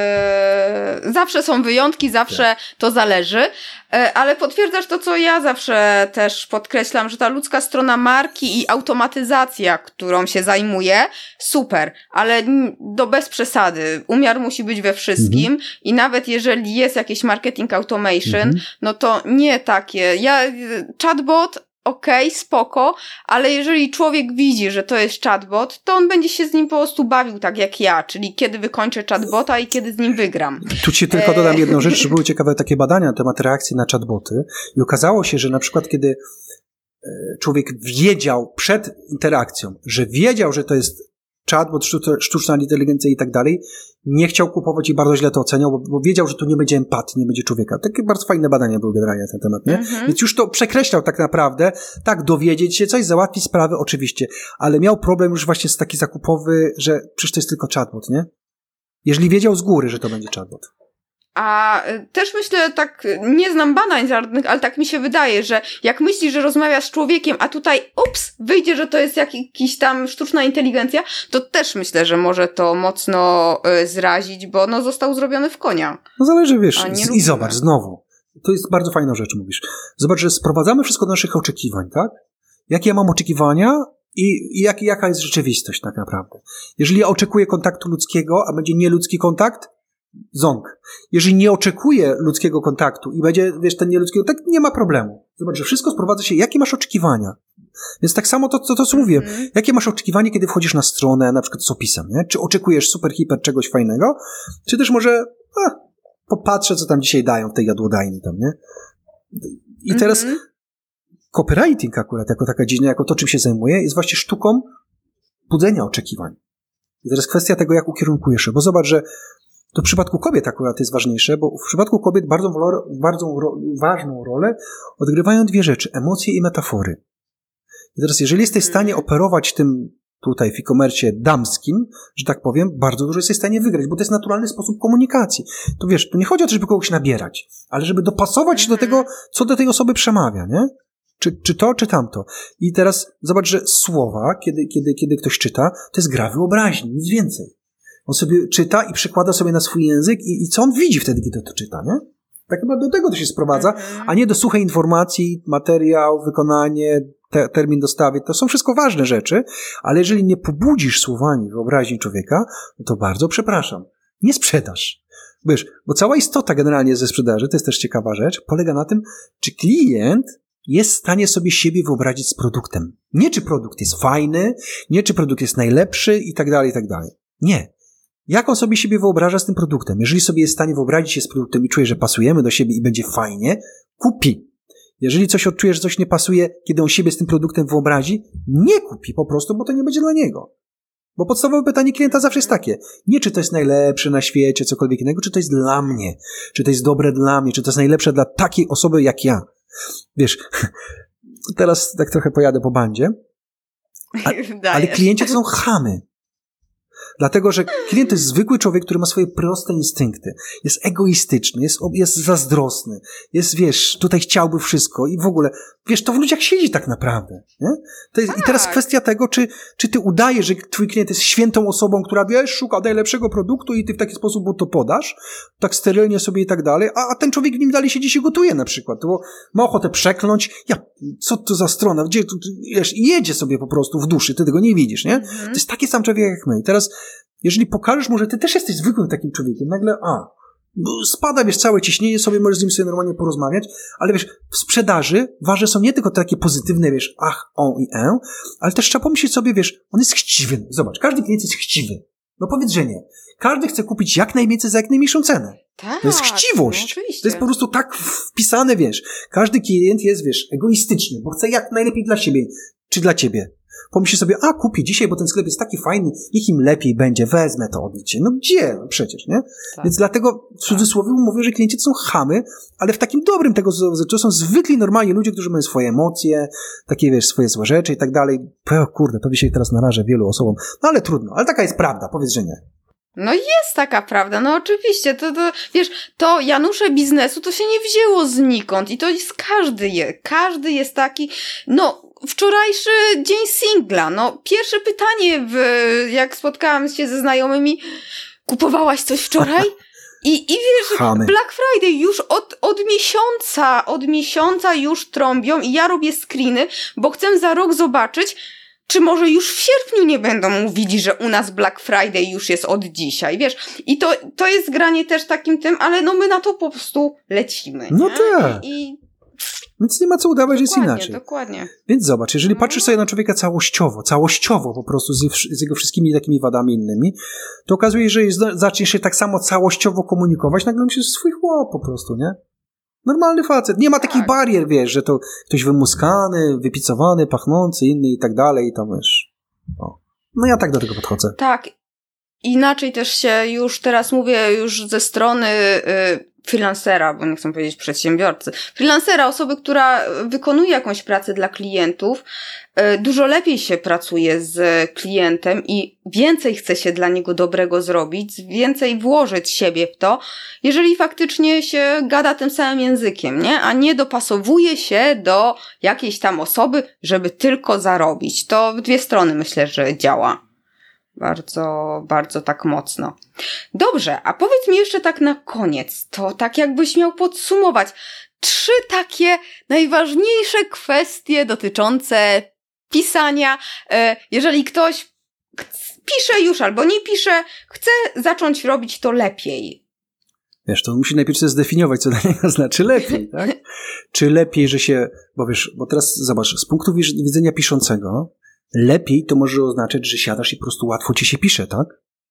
yy, zawsze są wyjątki, zawsze tak. to zależy, yy, ale potwierdzasz to, co ja zawsze też podkreślam, że ta ludzka strona marki i automatyzacja, którą się zajmuję, super, ale do bez przesady. Umiar musi być we wszystkim mhm. i nawet jeżeli jest jakiś marketing automation, mhm. no to nie takie. Ja, chatbot okej, okay, spoko, ale jeżeli człowiek widzi, że to jest chatbot, to on będzie się z nim po prostu bawił tak jak ja, czyli kiedy wykończę chatbota i kiedy z nim wygram. Tu ci tylko dodam jedną rzecz, że były ciekawe takie badania na temat reakcji na chatboty i okazało się, że na przykład kiedy człowiek wiedział przed interakcją, że wiedział, że to jest chatbot, sztuczna inteligencja i tak dalej, nie chciał kupować i bardzo źle to oceniał, bo, bo wiedział, że tu nie będzie empatii, nie będzie człowieka. Takie bardzo fajne badania były generalnie na ten temat, nie? Mhm. Więc już to przekreślał tak naprawdę, tak, dowiedzieć się coś, załatwić sprawę, oczywiście, ale miał problem już właśnie z taki zakupowy, że przecież to jest tylko chatbot, nie? Jeżeli wiedział z góry, że to będzie chatbot. A też myślę, tak, nie znam badań żadnych, ale tak mi się wydaje, że jak myślisz, że rozmawiasz z człowiekiem, a tutaj ups, wyjdzie, że to jest jakiś tam sztuczna inteligencja, to też myślę, że może to mocno y, zrazić, bo no został zrobiony w konia. No zależy, wiesz, i zobacz, znowu, to jest bardzo fajna rzecz, mówisz. Zobacz, że sprowadzamy wszystko do naszych oczekiwań, tak? Jakie ja mam oczekiwania i, i jak, jaka jest rzeczywistość tak naprawdę. Jeżeli ja oczekuję kontaktu ludzkiego, a będzie nieludzki kontakt, ząg. Jeżeli nie oczekuję ludzkiego kontaktu i będzie, wiesz, ten nieludzki kontakt, nie ma problemu. Zobacz, że wszystko sprowadza się, jakie masz oczekiwania. Więc tak samo to, to, to co mówię. Mm. Jakie masz oczekiwanie, kiedy wchodzisz na stronę, na przykład z opisem, nie? Czy oczekujesz super, hiper czegoś fajnego, czy też może a, popatrzę, co tam dzisiaj dają w tej jadłodajni tam, nie? I teraz mm-hmm. copywriting akurat, jako taka dziedzina, jako to, czym się zajmuję, jest właśnie sztuką budzenia oczekiwań. I teraz kwestia tego, jak ukierunkujesz, bo zobacz, że to w przypadku kobiet akurat jest ważniejsze, bo w przypadku kobiet bardzo, bardzo ro, ważną rolę odgrywają dwie rzeczy, emocje i metafory. I teraz, jeżeli jesteś w stanie operować tym tutaj w e-commerce damskim, że tak powiem, bardzo dużo jesteś w stanie wygrać, bo to jest naturalny sposób komunikacji. To wiesz, tu nie chodzi o to, żeby kogoś nabierać, ale żeby dopasować się do tego, co do tej osoby przemawia, nie? Czy, czy to, czy tamto. I teraz zobacz, że słowa, kiedy, kiedy, kiedy ktoś czyta, to jest gra wyobraźni, nic więcej. On sobie czyta i przekłada sobie na swój język i, i co on widzi wtedy, kiedy to czyta, nie? Tak chyba do tego to się sprowadza, mm-hmm. a nie do suchej informacji, materiał, wykonanie, te, termin dostawy. To są wszystko ważne rzeczy, ale jeżeli nie pobudzisz słowami wyobraźni człowieka, no to bardzo przepraszam, nie sprzedasz. Wiesz, bo cała istota generalnie ze sprzedaży, to jest też ciekawa rzecz, polega na tym, czy klient jest w stanie sobie siebie wyobrazić z produktem. Nie czy produkt jest fajny, nie czy produkt jest najlepszy i tak dalej, i tak dalej. Nie. Jak on sobie siebie wyobraża z tym produktem? Jeżeli sobie jest w stanie wyobrazić się z produktem i czuje, że pasujemy do siebie i będzie fajnie, kupi. Jeżeli coś odczuje, że coś nie pasuje, kiedy on siebie z tym produktem wyobrazi, nie kupi po prostu, bo to nie będzie dla niego. Bo podstawowe pytanie klienta zawsze jest takie, nie czy to jest najlepsze na świecie, cokolwiek innego, czy to jest dla mnie, czy to jest dobre dla mnie, czy to jest najlepsze dla takiej osoby jak ja. Wiesz, teraz tak trochę pojadę po bandzie, a, ale klienci to są chamy. Dlatego, że klient to jest zwykły człowiek, który ma swoje proste instynkty. Jest egoistyczny, jest, jest zazdrosny, jest, wiesz, tutaj chciałby wszystko i w ogóle, wiesz, to w ludziach siedzi tak naprawdę. Nie? To jest, tak. I teraz kwestia tego, czy, czy ty udajesz, że twój klient jest świętą osobą, która, wiesz, szuka najlepszego produktu i ty w taki sposób mu to podasz, tak sterylnie sobie i tak dalej, a, a ten człowiek w nim dalej siedzi się gotuje na przykład, bo ma ochotę przekląć, ja, co to za strona, gdzie, wiesz, jedzie sobie po prostu w duszy, ty tego nie widzisz, nie? Mhm. To jest taki sam człowiek jak my. I teraz jeżeli pokażesz mu, że ty też jesteś zwykłym takim człowiekiem, nagle, a, spada, wiesz, całe ciśnienie, sobie możesz z nim sobie normalnie porozmawiać, ale wiesz, w sprzedaży ważne są nie tylko takie pozytywne, wiesz, ach, on i e, ale też trzeba pomyśleć sobie, wiesz, on jest chciwy. Zobacz, każdy klient jest chciwy. No powiedz, że nie. Każdy chce kupić jak najwięcej za jak najmniejszą cenę. Tak, to jest chciwość. No, to jest po prostu tak wpisane, wiesz. Każdy klient jest, wiesz, egoistyczny, bo chce jak najlepiej dla siebie, czy dla ciebie. Pomyśl sobie, a kupię dzisiaj, bo ten sklep jest taki fajny, niech im lepiej będzie, wezmę to od ciebie. No gdzie? No przecież, nie? Tak. Więc dlatego w cudzysłowie mówię, że klienci to są chamy, ale w takim dobrym tego to są zwykli, normalni ludzie, którzy mają swoje emocje, takie, wiesz, swoje złe rzeczy i tak dalej. O kurde, pewnie się teraz narażę wielu osobom. No ale trudno, ale taka jest prawda, powiedz, że nie. No jest taka prawda, no oczywiście, to, to wiesz, to Janusze biznesu to się nie wzięło znikąd i to jest każdy, je, każdy jest taki, no wczorajszy dzień singla, no pierwsze pytanie, w, jak spotkałam się ze znajomymi, kupowałaś coś wczoraj? I, i wiesz, Chamy. Black Friday już od, od miesiąca, od miesiąca już trąbią i ja robię screeny, bo chcę za rok zobaczyć, czy może już w sierpniu nie będą mówili, że u nas Black Friday już jest od dzisiaj, wiesz? I to, to jest granie też takim tym, ale no my na to po prostu lecimy. No nie? tak. I... Więc nie ma co udawać, że jest inaczej. Dokładnie. Więc zobacz, jeżeli patrzysz sobie na człowieka całościowo, całościowo po prostu z, z jego wszystkimi takimi wadami innymi, to okazuje się, że zaczniesz się tak samo całościowo komunikować, nagle myślisz, swój chłop po prostu, nie? Normalny facet. Nie ma takich tak. barier, wiesz, że to ktoś wymuskany, wypicowany, pachnący, inny i tak dalej i tam wiesz. O. No ja tak do tego podchodzę. Tak. Inaczej też się już teraz mówię już ze strony y, freelancera, bo nie chcę powiedzieć przedsiębiorcy. Freelancera, osoby, która wykonuje jakąś pracę dla klientów, y, dużo lepiej się pracuje z klientem i więcej chce się dla niego dobrego zrobić, więcej włożyć siebie w to, jeżeli faktycznie się gada tym samym językiem, nie? A nie dopasowuje się do jakiejś tam osoby, żeby tylko zarobić. To w dwie strony myślę, że działa. Bardzo, bardzo tak mocno. Dobrze, a powiedz mi jeszcze tak na koniec, to tak jakbyś miał podsumować trzy takie najważniejsze kwestie dotyczące pisania. Jeżeli ktoś pisze już albo nie pisze, chce zacząć robić to lepiej. Wiesz, to musi najpierw sobie zdefiniować, co dla niego znaczy lepiej, tak? Czy lepiej, że się, bo wiesz, bo teraz zobacz, z punktu widzenia piszącego, lepiej to może oznaczać, że siadasz i po prostu łatwo ci się pisze, tak?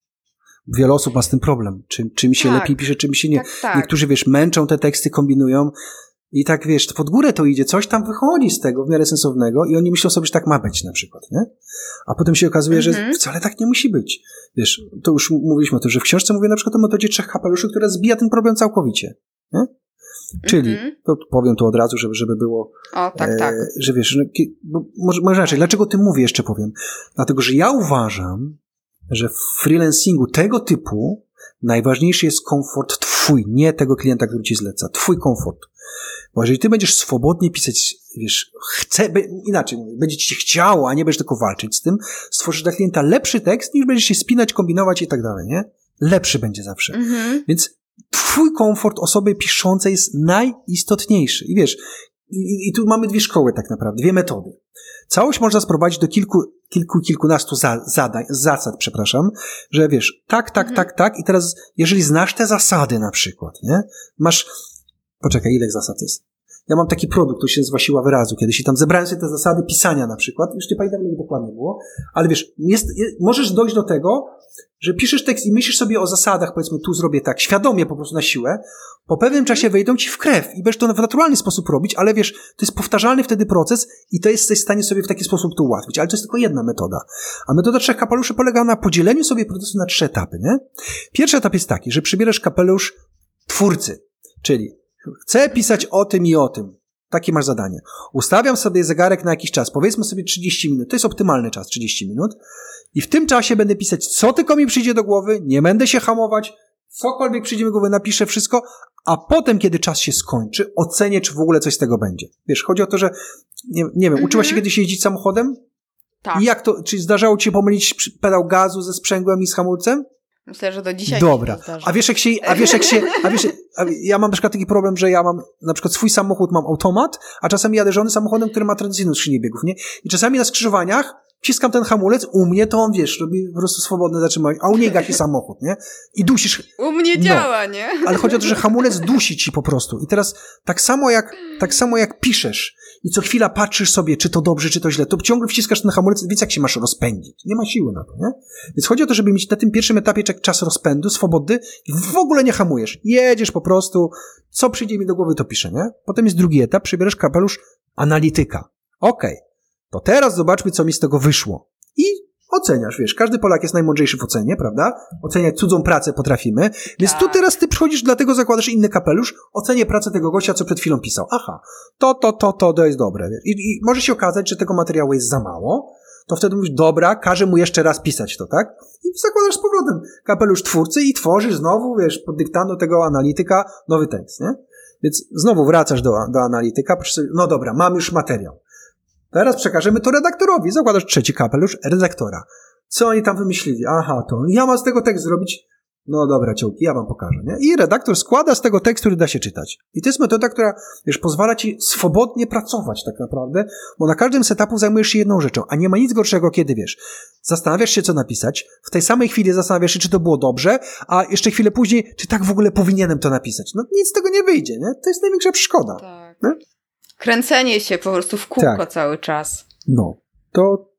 Wiele osób ma z tym problem. Czy, czy mi się tak, lepiej pisze, czy mi się nie. Tak, tak. Niektórzy, wiesz, męczą te teksty, kombinują i tak, wiesz, pod górę to idzie, coś tam wychodzi z tego w miarę sensownego i oni myślą sobie, że tak ma być na przykład, nie? A potem się okazuje, mm-hmm. że wcale tak nie musi być. Wiesz, to już mówiliśmy o tym, że w książce mówię na przykład o metodzie trzech kapeluszy, która zbija ten problem całkowicie, nie? Czyli, mm-hmm. to powiem tu od razu, żeby, żeby było, o, tak, e, tak. że wiesz, że, bo może, może inaczej, dlaczego o tym mówię, jeszcze powiem. Dlatego, że ja uważam, że w freelancingu tego typu najważniejszy jest komfort twój, nie tego klienta, który ci zleca. Twój komfort. Bo jeżeli ty będziesz swobodnie pisać, wiesz, chce, be, inaczej mówię, będzie ci się chciało, a nie będziesz tylko walczyć z tym, stworzysz dla klienta lepszy tekst, niż będziesz się spinać, kombinować i tak dalej, nie? Lepszy będzie zawsze. Mm-hmm. Więc twój komfort osoby piszącej jest najistotniejszy. I wiesz, i, i tu mamy dwie szkoły tak naprawdę, dwie metody. Całość można sprowadzić do kilku, kilku, kilkunastu za, zadań, zasad, przepraszam, że wiesz, tak, tak, mhm. tak, tak i teraz, jeżeli znasz te zasady na przykład, nie? Masz, poczekaj, ile zasad jest? Ja mam taki produkt, który się nazywa Siła Wyrazu, kiedyś i tam zebrałem sobie te zasady pisania na przykład, już nie pamiętam, jak dokładnie było, ale wiesz, jest, jest, możesz dojść do tego, że piszesz tekst i myślisz sobie o zasadach, powiedzmy, tu zrobię tak, świadomie po prostu na siłę, po pewnym czasie wejdą ci w krew i będziesz to w naturalny sposób robić, ale wiesz, to jest powtarzalny wtedy proces i to jesteś w stanie sobie w taki sposób to ułatwić, ale to jest tylko jedna metoda. A metoda trzech kapeluszy polega na podzieleniu sobie procesu na trzy etapy, nie? Pierwszy etap jest taki, że przybierasz kapelusz twórcy, czyli chcę pisać o tym i o tym. Takie masz zadanie. Ustawiam sobie zegarek na jakiś czas, powiedzmy sobie trzydzieści minut, to jest optymalny czas, trzydzieści minut i w tym czasie będę pisać, co tylko mi przyjdzie do głowy, nie będę się hamować, cokolwiek przyjdzie mi do głowy, napiszę wszystko, a potem, kiedy czas się skończy, ocenię, czy w ogóle coś z tego będzie. Wiesz, chodzi o to, że, nie, nie wiem, mhm. uczyłaś się kiedyś jeździć samochodem? Tak. I jak to, czy zdarzało ci się pomylić pedał gazu ze sprzęgłem i z hamulcem? Myślę, że do dzisiaj. Dobra. A wiesz jak się, a wiesz jak się, a wiesz, a ja mam na przykład taki problem, że ja mam na przykład swój samochód, mam automat, a czasami jadę żony samochodem, który ma tradycyjną skrzynię biegów, nie? I czasami na skrzyżowaniach wciskam ten hamulec, u mnie to on, wiesz, robi po prostu swobodne zatrzymanie, a u niego jaki samochód, nie? I dusisz. U mnie no. działa, nie? Ale chodzi o to, że hamulec dusi ci po prostu. I teraz tak samo jak, tak samo jak piszesz i co chwila patrzysz sobie, czy to dobrze, czy to źle, to ciągle wciskasz ten hamulec, więc jak się masz rozpędzić? Nie ma siły na to, nie? Więc chodzi o to, żeby mieć na tym pierwszym etapie czas rozpędu, swobodny i w ogóle nie hamujesz. Jedziesz po prostu, co przyjdzie mi do głowy, to piszę, nie? Potem jest drugi etap, przybierasz kapelusz analityka. Okej. Okay. To teraz zobaczmy, co mi z tego wyszło. I oceniasz, wiesz, każdy Polak jest najmądrzejszy w ocenie, prawda? Oceniać cudzą pracę potrafimy. Więc tak. Tu teraz ty przychodzisz, dlatego zakładasz inny kapelusz, ocenię pracę tego gościa, co przed chwilą pisał. Aha, to, to, to, to, to jest dobre. I, I może się okazać, że tego materiału jest za mało, to wtedy mówisz, dobra, każę mu jeszcze raz pisać to, tak? I zakładasz z powrotem kapelusz twórcy i tworzysz znowu, wiesz, pod dyktando tego analityka nowy tekst, nie? Więc znowu wracasz do, do analityka, no dobra, mam już materiał. Teraz przekażemy to redaktorowi. Zakładasz trzeci kapelusz redaktora. Co oni tam wymyślili? Aha, to ja mam z tego tekst zrobić. No dobra, ciołki, ja wam pokażę, nie? I redaktor składa z tego tekst, który da się czytać. I to jest metoda, która, wiesz, pozwala ci swobodnie pracować tak naprawdę, bo na każdym z etapów zajmujesz się jedną rzeczą, a nie ma nic gorszego, kiedy, wiesz, zastanawiasz się, co napisać, w tej samej chwili zastanawiasz się, czy to było dobrze, a jeszcze chwilę później, czy tak w ogóle powinienem to napisać. No nic z tego nie wyjdzie, nie? To jest największa przeszkoda. Tak. Nie? Kręcenie się po prostu w kółko tak. Cały czas. No, to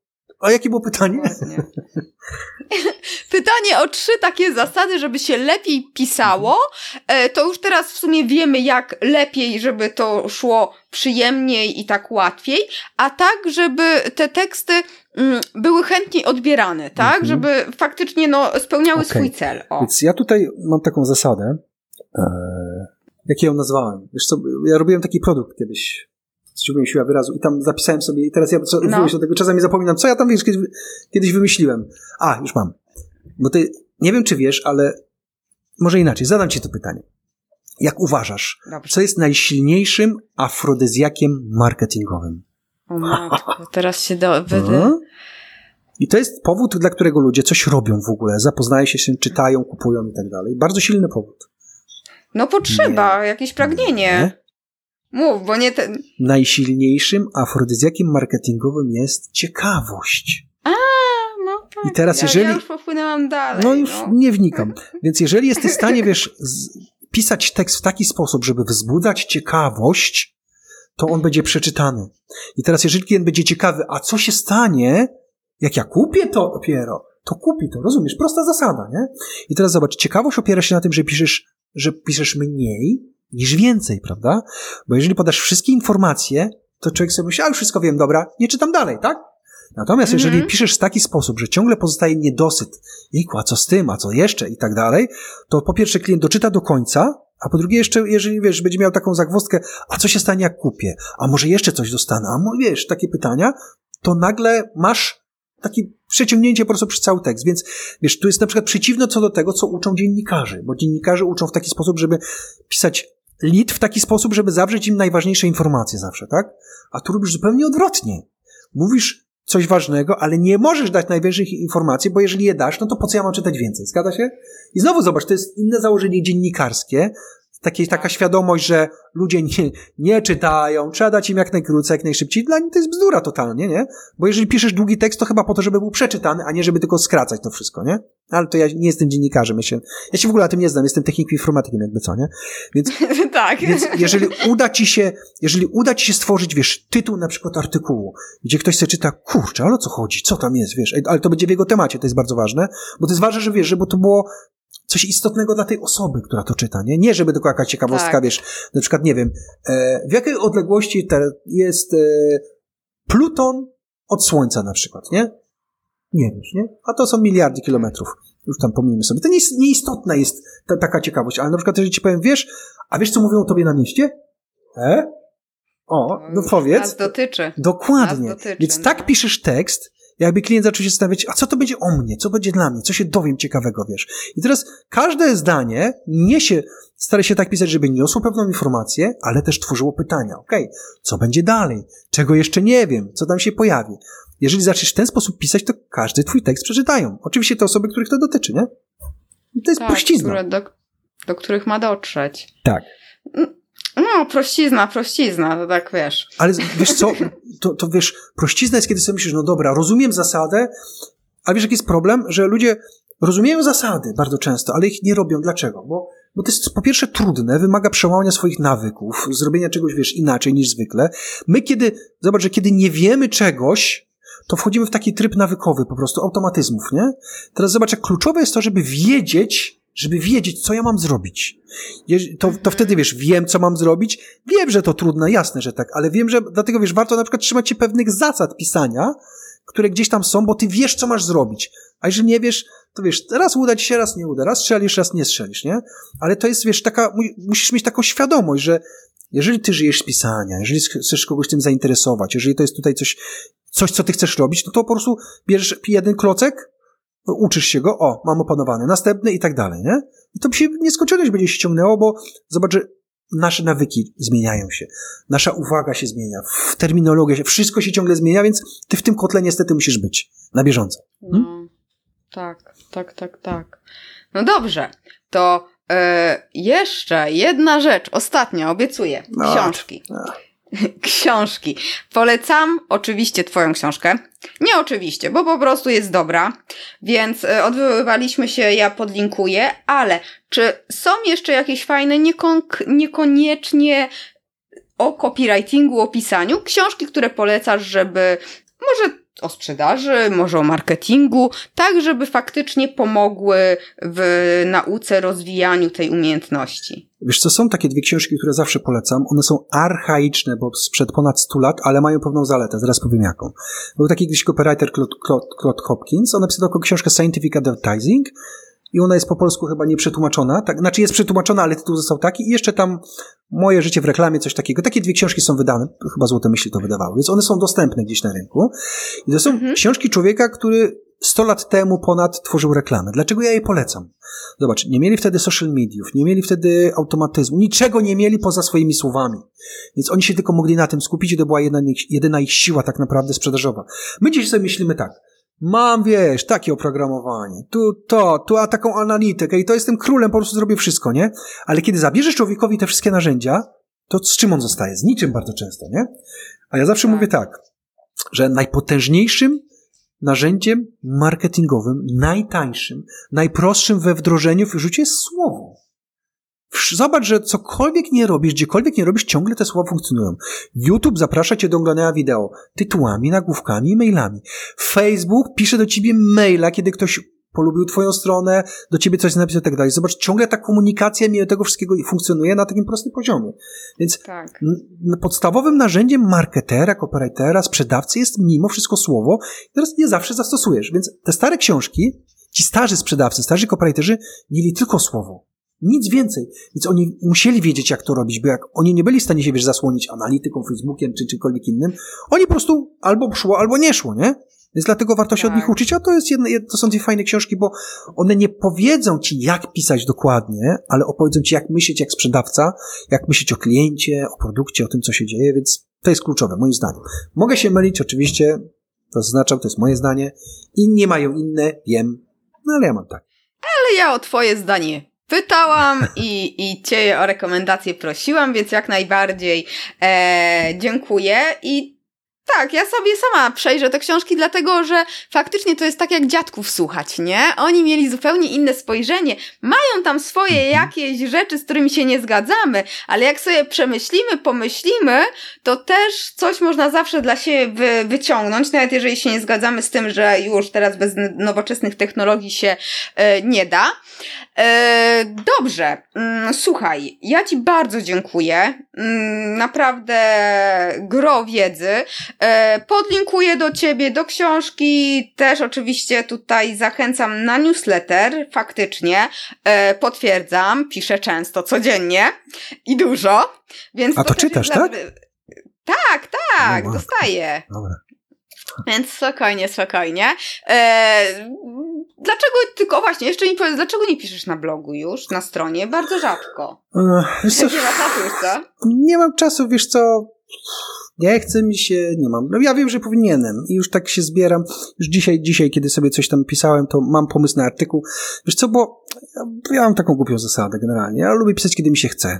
A jakie było pytanie? Pytanie o trzy takie zasady, żeby się lepiej pisało. To już teraz w sumie wiemy, jak lepiej, żeby to szło przyjemniej i tak łatwiej, a tak, żeby te teksty były chętniej odbierane, tak? Mhm. Żeby faktycznie no, spełniały okay. swój cel. O. Więc ja tutaj mam taką zasadę, e, jak ja ją nazwałem. Wiesz co, ja robiłem taki produkt kiedyś, Ściągnąłem siła wyrazu i tam zapisałem sobie i teraz ja co, no. do tego czasami zapominam, co ja tam wiesz, kiedyś, kiedyś wymyśliłem. A, już mam. Bo ty, nie wiem czy wiesz, ale może inaczej, zadam ci to pytanie. Jak uważasz, Dobrze. co jest najsilniejszym afrodyzjakiem marketingowym? O matko, teraz się dowiedzę. Mhm. I to jest powód, dla którego ludzie coś robią w ogóle, zapoznają się z tym, czytają, kupują i tak dalej. Bardzo silny powód. No potrzeba, nie. jakieś pragnienie. Nie. Mów, bo nie ten... Najsilniejszym afrodyzjakiem marketingowym jest ciekawość. A, no tak. I teraz ja, jeżeli... ja już popłynęłam dalej. No już no. nie wnikam. Więc jeżeli jesteś w stanie, wiesz, z... pisać tekst w taki sposób, żeby wzbudzać ciekawość, to on będzie przeczytany. I teraz jeżeli klient będzie ciekawy, a co się stanie, jak ja kupię to dopiero, to kupi to, rozumiesz? Prosta zasada, nie? I teraz zobacz, ciekawość opiera się na tym, że piszesz, że piszesz mniej niż więcej, prawda? Bo jeżeli podasz wszystkie informacje, to człowiek sobie myśli, a już wszystko wiem, dobra, nie czytam dalej, tak? Natomiast mm-hmm. jeżeli piszesz w taki sposób, że ciągle pozostaje niedosyt, jejku, a co z tym, a co jeszcze i tak dalej, to po pierwsze klient doczyta do końca, a po drugie jeszcze, jeżeli wiesz, będzie miał taką zagwozdkę, a co się stanie jak kupię, a może jeszcze coś dostanę, a może, wiesz, takie pytania, to nagle masz takie przeciągnięcie po prostu przez cały tekst. Więc wiesz, tu jest na przykład przeciwne co do tego, co uczą dziennikarze, bo dziennikarze uczą w taki sposób, żeby pisać lead w taki sposób, żeby zawrzeć im najważniejsze informacje zawsze, tak? A tu robisz zupełnie odwrotnie. Mówisz coś ważnego, ale nie możesz dać najważniejszych informacji, bo jeżeli je dasz, no to po co ja mam czytać więcej? Zgadza się? I znowu zobacz, to jest inne założenie dziennikarskie, Takie, taka świadomość, że ludzie nie, nie czytają, trzeba dać im jak najkrócej, jak najszybciej. Dla nich to jest bzdura totalnie, nie? Bo jeżeli piszesz długi tekst, to chyba po to, żeby był przeczytany, a nie żeby tylko skracać to wszystko, nie? Ale to ja nie jestem dziennikarzem, ja się, ja się w ogóle na tym nie znam, jestem technikiem informatykiem jakby co, nie? Więc, tak. Więc jeżeli uda ci się, jeżeli uda ci się stworzyć, wiesz, tytuł na przykład artykułu, gdzie ktoś sobie czyta, kurczę, ale o co chodzi, co tam jest, wiesz, ale to będzie w jego temacie, to jest bardzo ważne, bo to jest ważne, że wiesz, żeby to było coś istotnego dla tej osoby, która to czyta, nie? Nie, żeby tylko jakaś ciekawostka, tak. wiesz, na przykład, nie wiem, e, w jakiej odległości te jest e, Pluton od Słońca na przykład, nie? Nie wiesz, nie? A to są miliardy kilometrów. Już tam pomijmy sobie. To nie jest, nieistotna jest ta, taka ciekawość, ale na przykład, jeżeli ci powiem, wiesz, a wiesz, co mówią o tobie na mieście? E? O, no powiedz. Nas dotyczy. Dokładnie. Nas dotyczy, Więc no. tak piszesz tekst, jakby klient zaczął się zastanawiać, a co to będzie o mnie, co będzie dla mnie, co się dowiem ciekawego, wiesz. I teraz każde zdanie niesie, stara się tak pisać, żeby niosło pewną informację, ale też tworzyło pytania. Okej, okay, co będzie dalej? Czego jeszcze nie wiem? Co tam się pojawi? Jeżeli zaczniesz w ten sposób pisać, to każdy twój tekst przeczytają. Oczywiście te osoby, których to dotyczy, nie? I to jest tak, prościzna. Które do, do których ma dotrzeć. Tak. No, prościzna, prościzna, to tak wiesz. Ale wiesz co, to, to wiesz, prościzna jest, kiedy sobie myślisz, no dobra, rozumiem zasadę, a wiesz, jaki jest problem? Że ludzie rozumieją zasady bardzo często, ale ich nie robią. Dlaczego? Bo, bo to jest po pierwsze trudne, wymaga przełamania swoich nawyków, zrobienia czegoś, wiesz, inaczej niż zwykle. My kiedy, zobacz, że kiedy nie wiemy czegoś, to wchodzimy w taki tryb nawykowy, po prostu automatyzmów, nie? Teraz zobacz, jak kluczowe jest to, żeby wiedzieć, żeby wiedzieć, co ja mam zrobić. To, to wtedy, wiesz, wiem, co mam zrobić, wiem, że to trudne, jasne, że tak, ale wiem, że dlatego, wiesz, warto na przykład trzymać się pewnych zasad pisania, które gdzieś tam są, bo ty wiesz, co masz zrobić. A jeżeli nie wiesz, to wiesz, raz uda ci się, raz nie uda, raz strzelisz, raz nie strzelisz, nie? Ale to jest, wiesz, taka, musisz mieć taką świadomość, że jeżeli ty żyjesz z pisania, jeżeli chcesz kogoś tym zainteresować, jeżeli to jest tutaj coś, coś, co ty chcesz robić, no to po prostu bierzesz jeden klocek, uczysz się go, o, mam opanowany, następny i tak dalej, nie? I to by się nieskończoność będzie się ciągnęło, bo zobacz, że nasze nawyki zmieniają się, nasza uwaga się zmienia, w terminologia się, wszystko się ciągle zmienia, więc ty w tym kotle niestety musisz być na bieżąco. Hmm? No, tak, tak, tak, tak. No dobrze, to yy, jeszcze jedna rzecz, ostatnia, obiecuję, no, książki. No. Książki. Polecam oczywiście twoją książkę. Nie oczywiście, bo po prostu jest dobra, więc odwoływaliśmy się, ja podlinkuję, ale czy są jeszcze jakieś fajne, niekon- niekoniecznie o copywritingu, o pisaniu, książki, które polecasz, żeby może o sprzedaży, może o marketingu, tak żeby faktycznie pomogły w nauce, rozwijaniu tej umiejętniętności. Wiesz co, są takie dwie książki, które zawsze polecam. One są archaiczne, bo sprzed ponad stu lat, ale mają pewną zaletę. Zaraz powiem jaką. Był taki kiedyś copywriter Claude, Claude, Claude Hopkins. On napisał taką książkę Scientific Advertising i ona jest po polsku chyba nie przetłumaczona. Tak, znaczy jest przetłumaczona, ale tytuł został taki. I jeszcze tam Moje życie w reklamie, coś takiego. Takie dwie książki są wydane. Chyba Złote Myśli to wydawały. Więc one są dostępne gdzieś na rynku. I to są mhm. książki człowieka, który sto lat temu ponad tworzył reklamę. Dlaczego ja jej polecam? Zobacz, nie mieli wtedy social mediów, nie mieli wtedy automatyzmu, niczego nie mieli poza swoimi słowami. Więc oni się tylko mogli na tym skupić i to była jedna, jedyna ich siła tak naprawdę sprzedażowa. My dziś sobie myślimy tak, mam, wiesz, takie oprogramowanie, tu to, tu a taką analitykę i to jestem królem, po prostu zrobię wszystko, nie? Ale kiedy zabierzesz człowiekowi te wszystkie narzędzia, to z czym on zostaje? Z niczym bardzo często, nie? A ja zawsze mówię tak, że najpotężniejszym narzędziem marketingowym, najtańszym, najprostszym we wdrożeniu w życiu jest słowo. Zobacz, że cokolwiek nie robisz, gdziekolwiek nie robisz, ciągle te słowa funkcjonują. YouTube zaprasza cię do oglądania wideo tytułami, nagłówkami i mailami. Facebook pisze do ciebie maila, kiedy ktoś polubił twoją stronę, do ciebie coś napisał i tak dalej. Zobacz, ciągle ta komunikacja mimo tego wszystkiego funkcjonuje na takim prostym poziomie. Więc tak. n- podstawowym narzędziem marketera, copywritera, sprzedawcy jest mimo wszystko słowo, które nie zawsze zastosujesz. Więc te stare książki, ci starzy sprzedawcy, starzy copywriterzy mieli tylko słowo. Nic więcej. Więc oni musieli wiedzieć, jak to robić, bo jak oni nie byli w stanie się, wiesz, zasłonić analityką, Facebookiem czy czymkolwiek innym, oni po prostu albo szło, albo nie szło, nie? Więc dlatego warto się tak. od nich uczyć, a to jest jedno, to są dwie fajne książki, bo one nie powiedzą ci, jak pisać dokładnie, ale opowiedzą ci, jak myśleć jak sprzedawca, jak myśleć o kliencie, o produkcie, o tym, co się dzieje, więc to jest kluczowe, moim zdaniem. Mogę się mylić, oczywiście, to zaznaczam, to jest moje zdanie. Inni mają inne, wiem, no ale ja mam tak. Ale ja o twoje zdanie pytałam i, i cię o rekomendacje prosiłam, więc jak najbardziej e, dziękuję i tak, ja sobie sama przejrzę te książki, dlatego, że faktycznie to jest tak jak dziadków słuchać, nie? Oni mieli zupełnie inne spojrzenie, mają tam swoje jakieś rzeczy, z którymi się nie zgadzamy, ale jak sobie przemyślimy, pomyślimy, to też coś można zawsze dla siebie wy, wyciągnąć, nawet jeżeli się nie zgadzamy z tym, że już teraz bez nowoczesnych technologii się e, nie da. E, dobrze, mm, słuchaj, ja ci bardzo dziękuję, mm, naprawdę gro wiedzy. Podlinkuję do ciebie, do książki, też oczywiście tutaj zachęcam na newsletter, faktycznie, potwierdzam, piszę często, codziennie i dużo, więc... A to, to czytasz, tak? Dla... Tak, tak, no, dostaję. Dobra. Więc spokojnie, spokojnie. Eee, dlaczego, tylko właśnie, jeszcze mi powiedz, dlaczego nie piszesz na blogu już, na stronie? Bardzo rzadko. Wiesz co? Nie ma czasu już, co? Nie mam czasu, wiesz co... Nie chce mi się, nie mam. No ja wiem, że powinienem i już tak się zbieram. Już dzisiaj, dzisiaj, kiedy sobie coś tam pisałem, to mam pomysł na artykuł. Wiesz co, bo ja, ja mam taką głupią zasadę generalnie. Ja lubię pisać, kiedy mi się chce.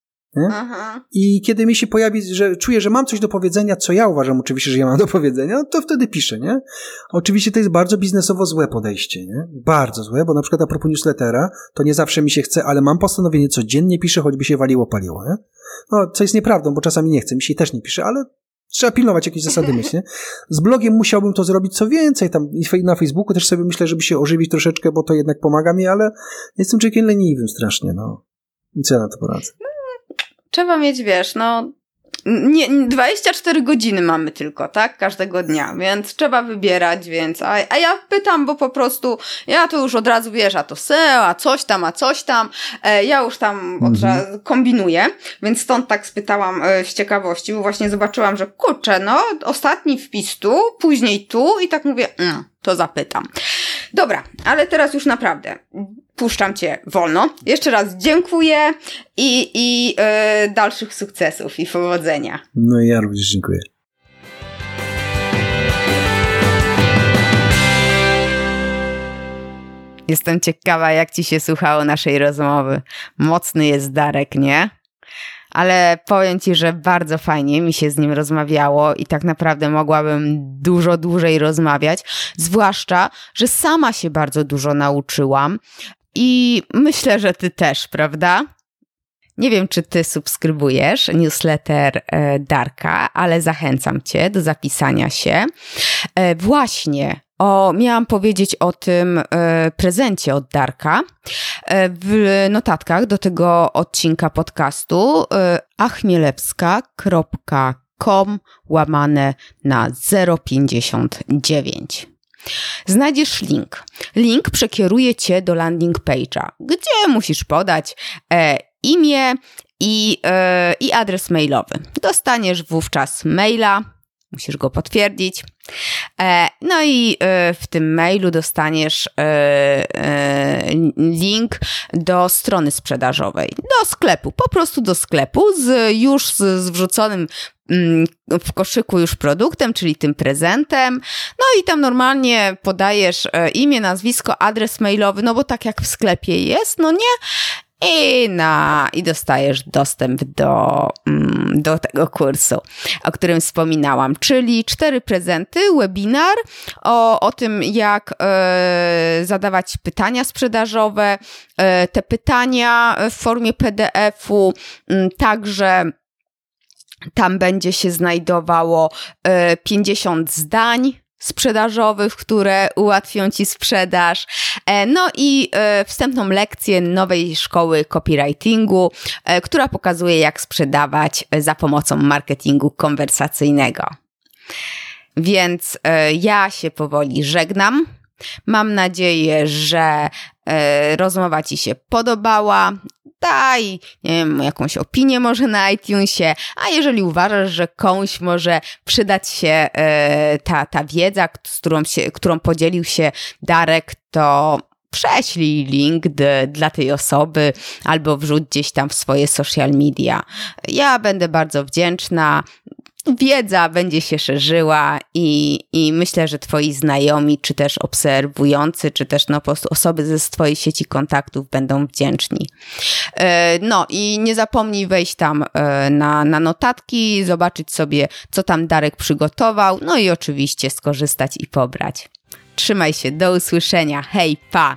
Aha. I kiedy mi się pojawi, że czuję, że mam coś do powiedzenia, co ja uważam oczywiście, że ja mam do powiedzenia, no to wtedy piszę, nie? Oczywiście to jest bardzo biznesowo złe podejście, nie? Bardzo złe, bo na przykład a propos newslettera, to nie zawsze mi się chce, ale mam postanowienie, codziennie piszę, choćby się waliło, paliło, nie? No, co jest nieprawdą, bo czasami nie chcę, mi się też nie pisze, ale trzeba pilnować jakieś zasady myśli. Z blogiem musiałbym to zrobić co więcej, tam i na Facebooku też sobie myślę, żeby się ożywić troszeczkę, bo to jednak pomaga mi, ale jestem człowiekiem leniwym strasznie, no. I co ja na to poradzę? Trzeba mieć, wiesz, no nie, dwadzieścia cztery godziny mamy tylko, tak? Każdego dnia, więc trzeba wybierać, więc a, a ja pytam, bo po prostu ja to już od razu, wiesz, a to S E O, a coś tam, a coś tam, e, ja już tam od razu kombinuję, więc stąd tak spytałam e, z ciekawości, bo właśnie zobaczyłam, że kurczę, no ostatni wpis tu, później tu i tak mówię, mm, to zapytam. Dobra, ale teraz już naprawdę puszczam cię wolno. Jeszcze raz dziękuję i, i yy, dalszych sukcesów i powodzenia. No i ja również dziękuję. Jestem ciekawa, jak ci się słuchało naszej rozmowy. Mocny jest Darek, nie? Ale powiem ci, że bardzo fajnie mi się z nim rozmawiało i tak naprawdę mogłabym dużo dłużej rozmawiać, zwłaszcza, że sama się bardzo dużo nauczyłam i myślę, że ty też, prawda? Nie wiem, czy ty subskrybujesz newsletter Darka, ale zachęcam cię do zapisania się. Właśnie, o, miałam powiedzieć o tym prezencie od Darka. W notatkach do tego odcinka podcastu achmielewska kropka com łamane na zero pięćdziesiąt dziewięć. Znajdziesz link. Link przekieruje cię do landing page'a, gdzie musisz podać e, imię i, e, i adres mailowy. Dostaniesz wówczas maila, musisz go potwierdzić. E, no i e, w tym mailu dostaniesz e, e, link do strony sprzedażowej, do sklepu, po prostu do sklepu z już z, z wrzuconym w koszyku już produktem, czyli tym prezentem. No i tam normalnie podajesz imię, nazwisko, adres mailowy, no bo tak jak w sklepie jest, no nie? I, na, i dostajesz dostęp do, do tego kursu, o którym wspominałam, czyli cztery prezenty, webinar o, o tym, jak e, zadawać pytania sprzedażowe, e, te pytania w formie P D F-u, m, także tam będzie się znajdowało e, pięćdziesiąt zdań sprzedażowych, które ułatwią ci sprzedaż. E, no i e, wstępną lekcję nowej szkoły copywritingu, e, która pokazuje, jak sprzedawać za pomocą marketingu konwersacyjnego. Więc e, ja się powoli żegnam. Mam nadzieję, że e, rozmowa ci się podobała. Daj, nie wiem, jakąś opinię może na iTunesie, a jeżeli uważasz, że komuś może przydać się e, ta, ta wiedza, z którą, się, którą podzielił się Darek, to prześlij link d- dla tej osoby albo wrzuć gdzieś tam w swoje social media. Ja będę bardzo wdzięczna. Wiedza będzie się szerzyła i, i myślę, że twoi znajomi, czy też obserwujący, czy też no po prostu osoby ze twojej sieci kontaktów będą wdzięczni. No i nie zapomnij wejść tam na, na notatki, zobaczyć sobie, co tam Darek przygotował, no i oczywiście skorzystać i pobrać. Trzymaj się, do usłyszenia, hej, pa!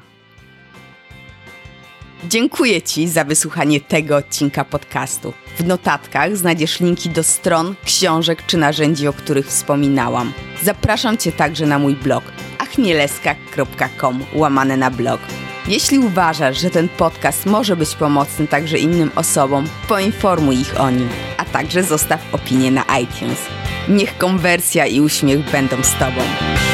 Dziękuję ci za wysłuchanie tego odcinka podcastu. W notatkach znajdziesz linki do stron, książek czy narzędzi, o których wspominałam. Zapraszam cię także na mój blog achmielewska kropka com łamane na blog. Jeśli uważasz, że ten podcast może być pomocny także innym osobom, poinformuj ich o nim, a także zostaw opinię na iTunes. Niech konwersja i uśmiech będą z tobą.